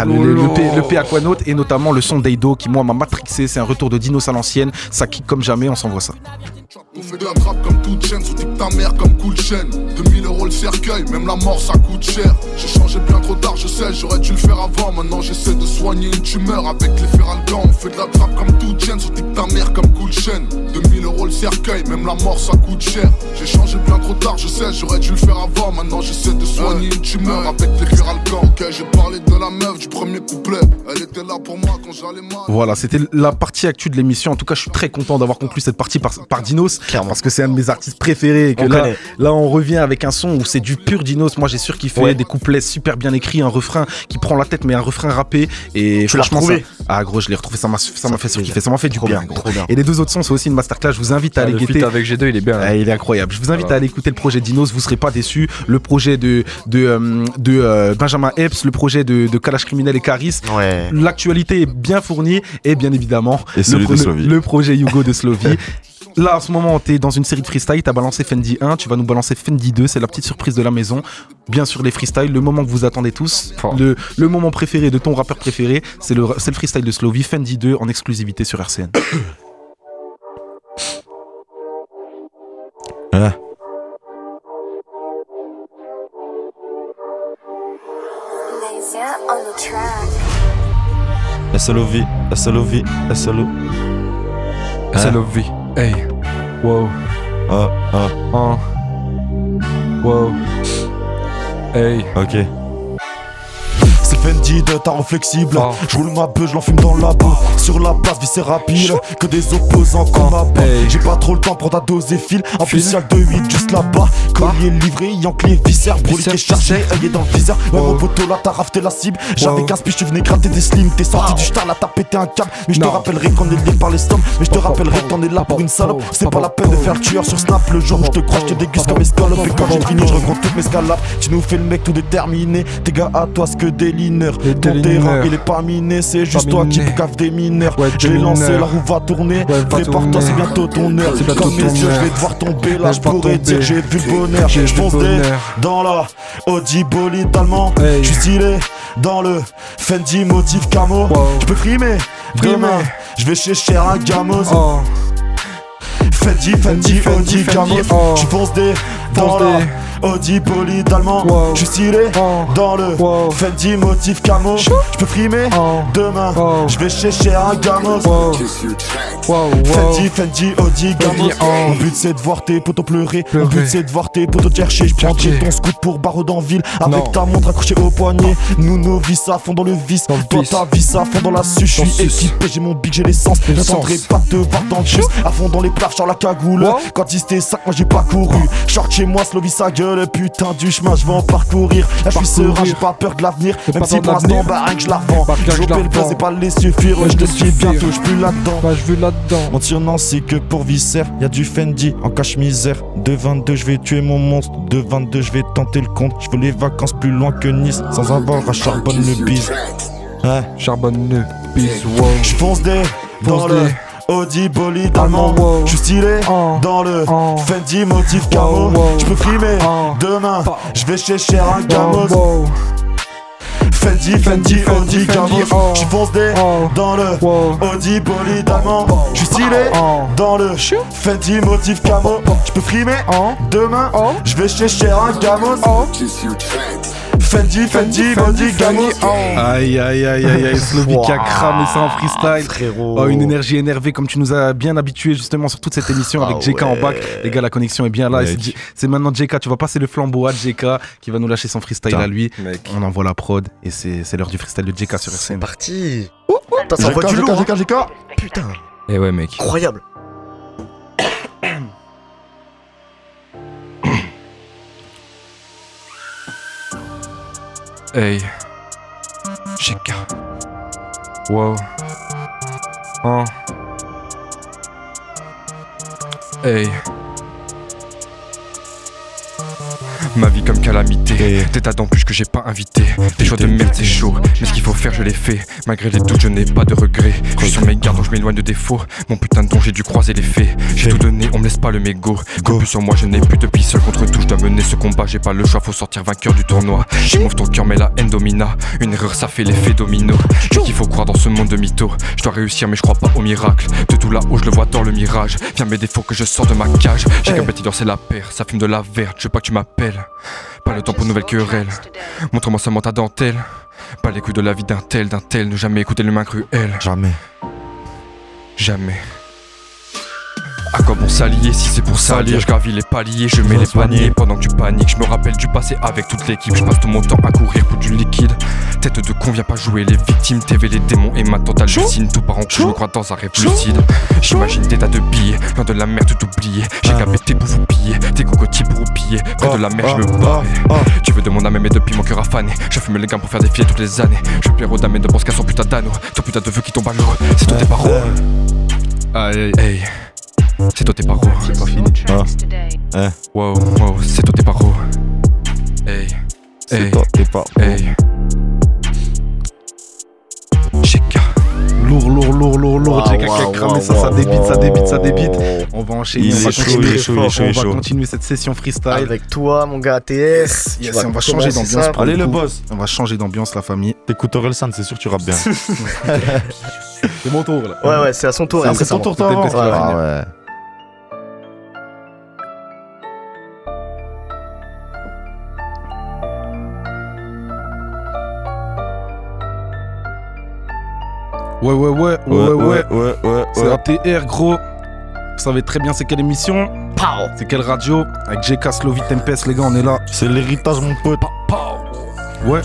Le P Aquanaut et notamment le son d'Eido qui moi m'a matrixé. C'est un retour de Dinos à l'ancienne. Ça kick comme jamais, on s'envoie ça. On fait de la trappe comme toute chaîne, sous tic ta mère comme cool chaîne. deux mille euros le cercueil, même la mort ça coûte cher. J'ai changé bien trop tard, je sais, j'aurais dû le faire avant. Maintenant j'essaie de soigner une tumeur avec les feralgans. On fait de la trappe comme toute chaîne, sous tic ta mère comme cool chaîne. deux mille euros le cercueil, même la mort ça coûte cher. J'ai changé bien trop tard, je sais, j'aurais dû le faire avant. Maintenant j'essaie de soigner une tumeur avec les feralgans. Ok, j'ai parlé de la meuf du premier couplet. Elle était là pour moi quand j'allais mal. Voilà, c'était la partie actu de l'émission. En tout cas, je suis très content d'avoir conclu cette partie par, par Dinos. Clairement. Parce que c'est un de mes artistes préférés et que là, là on revient avec un son où c'est du pur Dinos. Moi j'ai surkiffé, ouais. Des couplets super bien écrits, un refrain qui prend la tête mais un refrain rappé. Et tu l'as retrouvé? Ah gros, je l'ai retrouvé, ça m'a ça m'a fait surkiffer, ça m'a fait du bien, bien, bien. Et les deux autres sons c'est aussi une masterclass. Je vous invite à ah, aller le guetter. Le feat avec G deux il est bien. Ah, il est incroyable. Je vous invite voilà. à aller écouter le projet Dinos, vous serez pas déçus. Le projet de de euh, de euh, Benjamin Epps, le projet de de Kalash Criminel et Caris. Ouais. L'actualité est bien fournie et bien évidemment et le, pro- le, le projet Hugo de Slovie. Là, en ce moment, t'es dans une série de freestyle, t'as balancé Fendi un, tu vas nous balancer Fendi deux, c'est la petite surprise de la maison. Bien sûr, les freestyles, le moment que vous attendez tous, oh. le, le moment préféré de ton rappeur préféré, c'est le, c'est le freestyle de Slovie, Fendi deux, en exclusivité sur R C N. Ah. S L O V, S L O V, S L O S L O V, hey, wow, ah, ah, ah, wow, hey, ok. C'est Fendi de tarot flexible. Oh. Je roule ma beuh, je l'enfume dans la boue. Sur la place, vie c'est rapide. Que des opposants qu'on a pas. Hey. J'ai pas trop le temps pour ta dose et fil. En plus y'a le deux huit juste là-bas. Collier livré, yankli viscère. Broliqué chargé, œil dans le viseur. Ouais mon poteau là t'as rafté la cible. J'avais quinze piges, tu venais gratter des slims. T'es sorti du star là t'as pété un câble. Mais je te rappellerai qu'on est lié par les stoms. Mais je te rappellerai que t'en es là pour une salope. C'est pas la peine de faire le tueur sur Snap. Le jour où je te crois, je te déguste comme escalope. Et quand j'ai fini, je recompte toutes mes scalapes. Tu nous fais le mec tout déterminé. Tes gars à toi ce que des lineurs. Ton terrain il est pas miné, c'est juste pas toi miné. Qui cave des mineurs. Ouais, je l'ai lancé, la roue va tourner. Ouais, prépare-toi, c'est bientôt ton heure. Comme mes yeux, je vais devoir tomber. Là, je pourrais dire j'ai vu le bonheur. Je fonce dans la Audi bolide allemand. Hey. Je suis stylé dans le Fendi motif camo. Wow. Je peux frimer, demain je vais chez Cher un gamos. Oh. Fendi, Fendi, Audi, gamos. Oh. Je fonce des dans la Audi bolide allemand, wow. Je suis stylé oh. Dans le wow. Fendi motif camo. Je peux frimer oh. Demain oh. Je vais chercher un gamos wow. Wow. Fendi, Fendi, Audi, gamos oh. Mon but c'est de voir tes potos pleurer. Mon but c'est de voir tes potos chercher. Je prendrai ton scoot pour barreau dans ville. Avec non. Ta montre accrochée au poignet. Nous nos vis à fond dans le vice. Dans toi ta vis à fond dans la suce. Je suis équipé, j'ai mon big, j'ai l'essence. J'attendrai pas de te voir dans le bus. À fond dans les plaves, genre la cagoule wow. Quand il c'était sac, moi j'ai pas couru. Short chez moi, Slovie sa gueule. Le putain du chemin, je vais en parcourir. Là, je suis serein, j'ai pas peur de l'avenir. Même si pour l'instant, bah rien que je la revends. J'ai opé le buzz et pas les suffire. Ouais, je te suis bientôt, je plus là-dedans. Bah, je veux là-dedans. Mentir, non, c'est que pour viscère. Y'a du Fendi en cache-misère. De vingt-deux, je vais tuer mon monstre. De vingt-deux, je vais tenter le compte. Je veux les vacances plus loin que Nice. Sans avoir à charbonne le bise. Ouais, charbonne le bise, wow. Je fonce des dans le Audi bolide allemand, wow. Je suis stylé oh. Dans le oh. Fendi motif camo. Wow. Je peux frimer oh. Demain, je vais chez Cher un gamos. Wow. Fendi, Fendi, Audi, gamos. Oh. Je fonce des oh. Dans le wow. Audi bolide allemand. Je suis stylé oh. Dans le Fendi motif camo. Je peux frimer oh. Demain, oh. Je vais chez Cher un gamos. Oh. Fendi, Fendi, Fendi, Gamos. Aïe aïe aïe aïe aïe, Slovy qui a cramé ça en freestyle. Frérot. Oh, une énergie énervée comme tu nous as bien habitué justement sur toute cette émission avec Ah J K ouais. en bac. Les gars, la connexion est bien là. Et Mec. c'est, J- c'est maintenant J K, tu vas passer le flambeau à J K qui va nous lâcher son freestyle Putain, à lui. mec. On envoie la prod et c'est, c'est l'heure du freestyle de J K sur R C C'est N. parti. Putain, ça envoie J K, du J K, lourd. J K, J K. hein. Putain, Eh ouais, mec. incroyable. Hey, J K. Wow. Hein. Hey. Ma vie comme calamité, des tas d'embûches que j'ai pas invité. Des choix de merde c'est chaud, mais ce qu'il faut faire je l'ai fait. Malgré les doutes je n'ai pas de regrets. Je suis sur mes gardes donc je m'éloigne de défauts. Mon putain de don j'ai dû croiser les faits. J'ai tout donné, on me laisse pas le mégot. Comme plus sur moi je n'ai plus de pis seul contre tout. Je dois mener ce combat, j'ai pas le choix, faut sortir vainqueur du tournoi. J'émouffe ton cœur mais la haine domina. Une erreur ça fait l'effet domino. Mais qu'il faut croire dans ce monde de mythos. Je dois réussir mais je crois pas au miracle. De tout là-haut je le vois dans le mirage. Viens mes défauts que je sors de ma cage. J'ai qu'un bâtiment c'est la paire, ça fume de la verte. Je veux pas que tu m'appelles. Pas le temps pour nouvelles querelles. Montre-moi seulement ta dentelle. Pas les coups de la vie d'un tel, d'un tel. Ne jamais écouter l'humain cruel. Jamais. Jamais. À quoi bon s'allier si c'est pour salir? Je gravis les paliers, je mets les paniers pendant que tu paniques. Je me rappelle du passé avec toute l'équipe. Je passe tout mon temps à courir pour du liquide. Tête de con, viens pas jouer les victimes. T V les démons et maintenant t'hallucines. Tout part en couille, je me crois dans un rêve lucide. J'imagine des tas de billets, loin de la mer tout oublié. J'ai capé tes bouffes ou pillés, tes cocotiers pour oublier. Près de la mer je me barre. Tu veux de mon âme mais depuis mon cœur affané. Je fume les gants pour faire des filles toutes les années. Je plaire aux dames et ne pense qu'à son putain d'anneau. Ton putain de vœux qui tombe à l'eau, c'est tous tes paroles. Aïe aïe. Hey. C'est toi tes paroles. C'est pas fini. Ah. Eh. Wow, wow, c'est toi tes paroles. Hey, C'est hey, toi tes paroles. hey. J K. Lourd, lourd, lourd, lourd, lourd. Wow, J K qui a wow, cramé wow, ça, ça wow, débite, ça wow, débite, ça wow. débite. On va enchaîner, Il on va est chaud, continuer. il est chaud, il est chaud, il est On va chaud. continuer cette session freestyle. Avec toi, mon gars, A T S. Yes, Tu vas on va changer commencer d'ambiance. ça. pour Allez le coup. boss. On va changer d'ambiance, la famille. T'écoutes Orelsan, c'est sûr que tu rappes bien. C'est mon tour là. Ouais, ouais, c'est à son tour. et C'est après, ton ça tour va. toi avant. Tempest qui va Ah finir. ouais. Ouais, ouais, ouais, ouais, ouais, ouais. ouais, ouais, C'est ouais. A T R, gros. Vous savez très bien c'est quelle émission, Pow. c'est quelle radio. Avec J K, Slovy, Tempest, les gars, on est là. C'est l'héritage, mon pote. Ouais.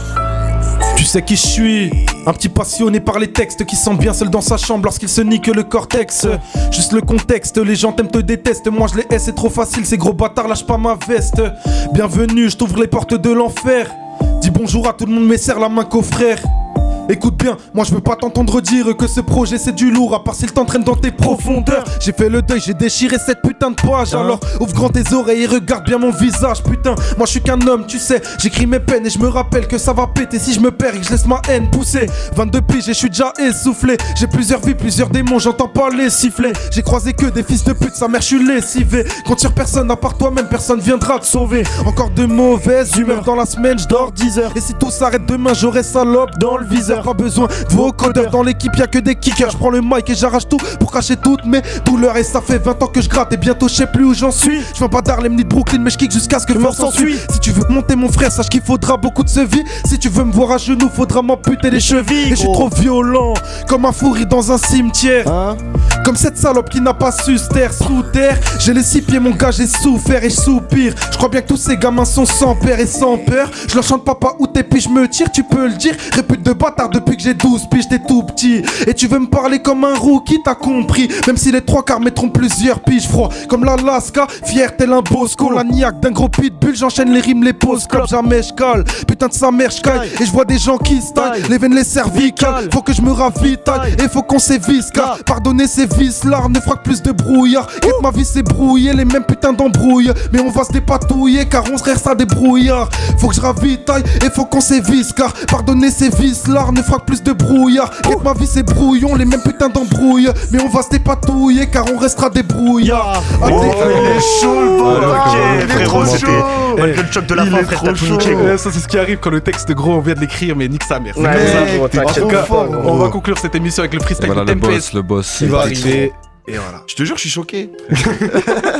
Tu sais qui je suis, un petit passionné par les textes qui sent bien seul dans sa chambre lorsqu'il se nique le cortex. Juste le contexte, les gens t'aiment, te détestent. Moi je les hais, c'est trop facile, ces gros bâtards, lâche pas ma veste. Bienvenue, je t'ouvre les portes de l'enfer. Dis bonjour à tout le monde, mais serre la main qu'aux frères. Écoute bien, moi je veux pas t'entendre dire que ce projet c'est du lourd, à part s'il t'entraîne dans tes profondeurs. J'ai fait le deuil, j'ai déchiré cette putain de page. Alors ouvre grand tes oreilles et regarde bien mon visage. Putain, moi je suis qu'un homme, tu sais. J'écris mes peines et je me rappelle que ça va péter si je me perds et que je laisse ma haine pousser. vingt-deux piges et je suis déjà essoufflé. J'ai plusieurs vies, plusieurs démons, j'entends pas les sifflets. J'ai croisé que des fils de pute, sa mère je suis lessivé. Compte sur personne à part toi-même, personne viendra te sauver. Encore de mauvaises humeurs dans la semaine, je dors dix heures. Et si tout s'arrête demain, j'aurai salope dans le viseur. Pas besoin de vos codeurs, dans l'équipe y'a que des kickers. Je prends le mic et j'arrache tout pour cacher toutes mes douleurs. Et ça fait vingt ans que je gratte et bientôt je sais plus où j'en suis. Je viens pas d'Harlem ni de Brooklyn mais je kick jusqu'à ce que mort s'ensuit. Si tu veux monter mon frère, sache qu'il faudra beaucoup de ce vie. Si tu veux me voir à genoux, faudra m'amputer les chevilles. Et je suis trop violent, comme un fourri dans un cimetière. Comme cette salope qui n'a pas su se taire sous terre. J'ai les six pieds mon gars, j'ai souffert et je soupire. Je crois bien que tous ces gamins sont sans père et sans peur. Je leur chante papa où t'es puis je me tire, tu peux le dire. Répute de bâtard depuis que j'ai douze piges, t'es tout petit. Et tu veux me parler comme un rookie, t'as compris. Même si les trois quarts mettront plusieurs piges froid. Comme l'Alaska, fier tel un Bosco. La niaque d'un gros pitbull, j'enchaîne les rimes, les poses club. Jamais je cale, putain de sa mère je caille. Et je vois des gens qui se taillent, les veines les cervicales. Faut que je me ravitaille et faut qu'on s'évise. Car pardonner ces vices là ne fera que plus de brouillard. Et ma vie s'est brouillée, les mêmes putains d'embrouilles. Mais on va se dépatouiller car on se restera des brouillards. Faut que je ravitaille et faut qu'on s'évise. Car pardonner ces vices là ne fera que plus de brouillard. Et ma vie c'est brouillon, les mêmes putains d'embrouilles. Mais on va se dépatouiller car on restera des brouillards. Oh, il est chaud le bon, Ah, ok, il est frérot, trop c'était chaud. malgré le choc de la Il fin, est frère, trop t'as tout chaud. niqué, gros. Ouais, ça c'est ce qui arrive quand le texte gros on vient de l'écrire mais nique sa mère. Ouais, C'est gros, ça. En t'inquiète tout cas, pas, gros. on va conclure cette émission avec le freestyle Voilà de le Tempest boss, le boss. qui va arriver. Et voilà. Je te jure, je suis choqué.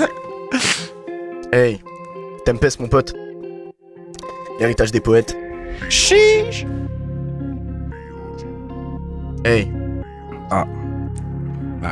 Hey, Tempest, mon pote. L'héritage des poètes. Chiche. Hey. Ah. Bah.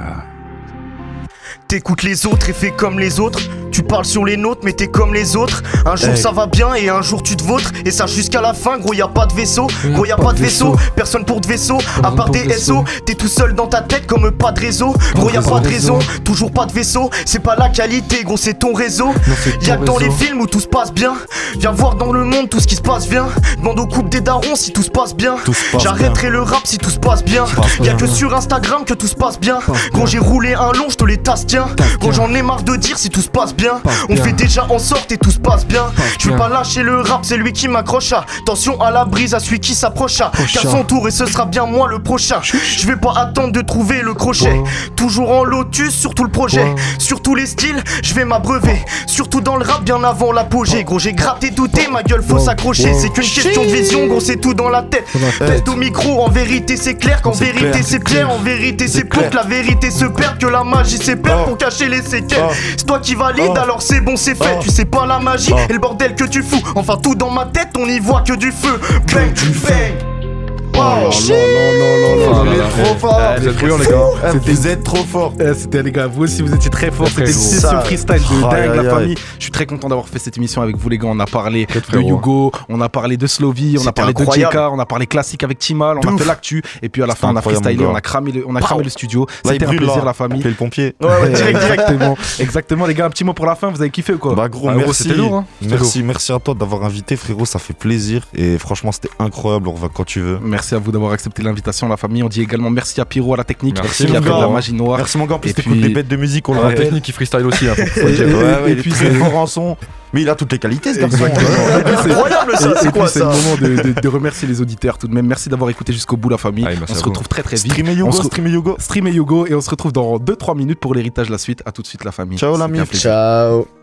T'écoutes les autres et fais comme les autres. Tu parles sur les nôtres mais t'es comme les autres. Un jour hey. ça va bien et un jour tu te vautres. Et ça jusqu'à la fin, gros, y'a pas de vaisseau. Gros, y'a pas de vaisseau, personne pour de vaisseau. À part des S O, t'es tout seul dans ta tête comme pas de réseau. Gros, y'a pas de raison, toujours pas de vaisseau. C'est pas la qualité, gros, c'est ton réseau. Y'a que dans les films où tout se passe bien. Viens voir dans le monde tout ce qui se passe, viens. Demande aux couples des darons si tout se passe bien. J'arrêterai le rap si tout se passe bien. Y'a que sur Instagram que tout se passe bien. Gros, j'ai roulé un long, j'te les tasse, tiens. Gros, j'en ai marre de dire si tout se passe bien. On fait déjà en sorte et tout se passe bien. Je vais pas lâcher le rap, c'est lui qui m'accrocha. Attention à la brise, à celui qui s'approcha. Car son tour et ce sera bien moi le prochain. Je vais pas attendre de trouver le crochet. Toujours en lotus sur tout le projet. Sur tous les styles, je vais m'abreuver. Surtout dans le rap, bien avant l'apogée. Gros, j'ai gratté, douté, ma gueule faut s'accrocher. C'est qu'une question de vision, gros, c'est tout dans la tête. Tête au micro, en vérité c'est clair. Qu'en vérité c'est clair, en vérité c'est pour que la vérité se perde. Que la magie s'épère pour cacher les séquelles. C'est toi qui valide, alors c'est bon, c'est fait. Tu sais pas la magie et le bordel que tu fous. Enfin, tout dans ma tête, on y voit que du feu. Bang, bang. Oh là là là là là là, trop fort. Vous êtes bruyants les gars. Vous êtes trop fort. C'était les gars, vous aussi vous étiez très forts. C'était une session freestyle de dingue la famille. Je suis très content d'avoir fait cette émission avec vous les gars. On a parlé de Yugo, on a parlé de Slovy, on a parlé de J K, on a parlé classique avec Timal, on a fait l'actu et puis à la fin on a freestylé, on a cramé le, on a cramé le studio. C'était un plaisir la famille. Le pompier. Exactement, exactement les gars. Un petit mot pour la fin. Vous avez kiffé ou quoi? Bah gros, merci. C'était lourd. Merci, merci à toi d'avoir invité frérot. Ça fait plaisir et franchement c'était incroyable. On revient quand tu veux. Merci à vous d'avoir accepté l'invitation, la famille. On dit également merci à Pyro à la technique. Merci qui a fait de la magie noire. Merci mon gars. En plus, t'écoutes des bêtes de musique. On la technique qui freestyle aussi. Hein, faut et, et, ouais, ouais, et puis c'est fort en son. Mais il a toutes les qualités ce garçon. C'est incroyable ça. C'est quoi ça? C'est le moment de, de, de remercier les auditeurs tout de même. Merci d'avoir écouté jusqu'au bout la famille. Ah, on se retrouve très très vite. Stream et Yogo, stream et Yogo. Stream et Yogo et on se retrouve dans deux trois minutes pour l'héritage la suite. À tout de suite la famille. Ciao l'ami. Ciao.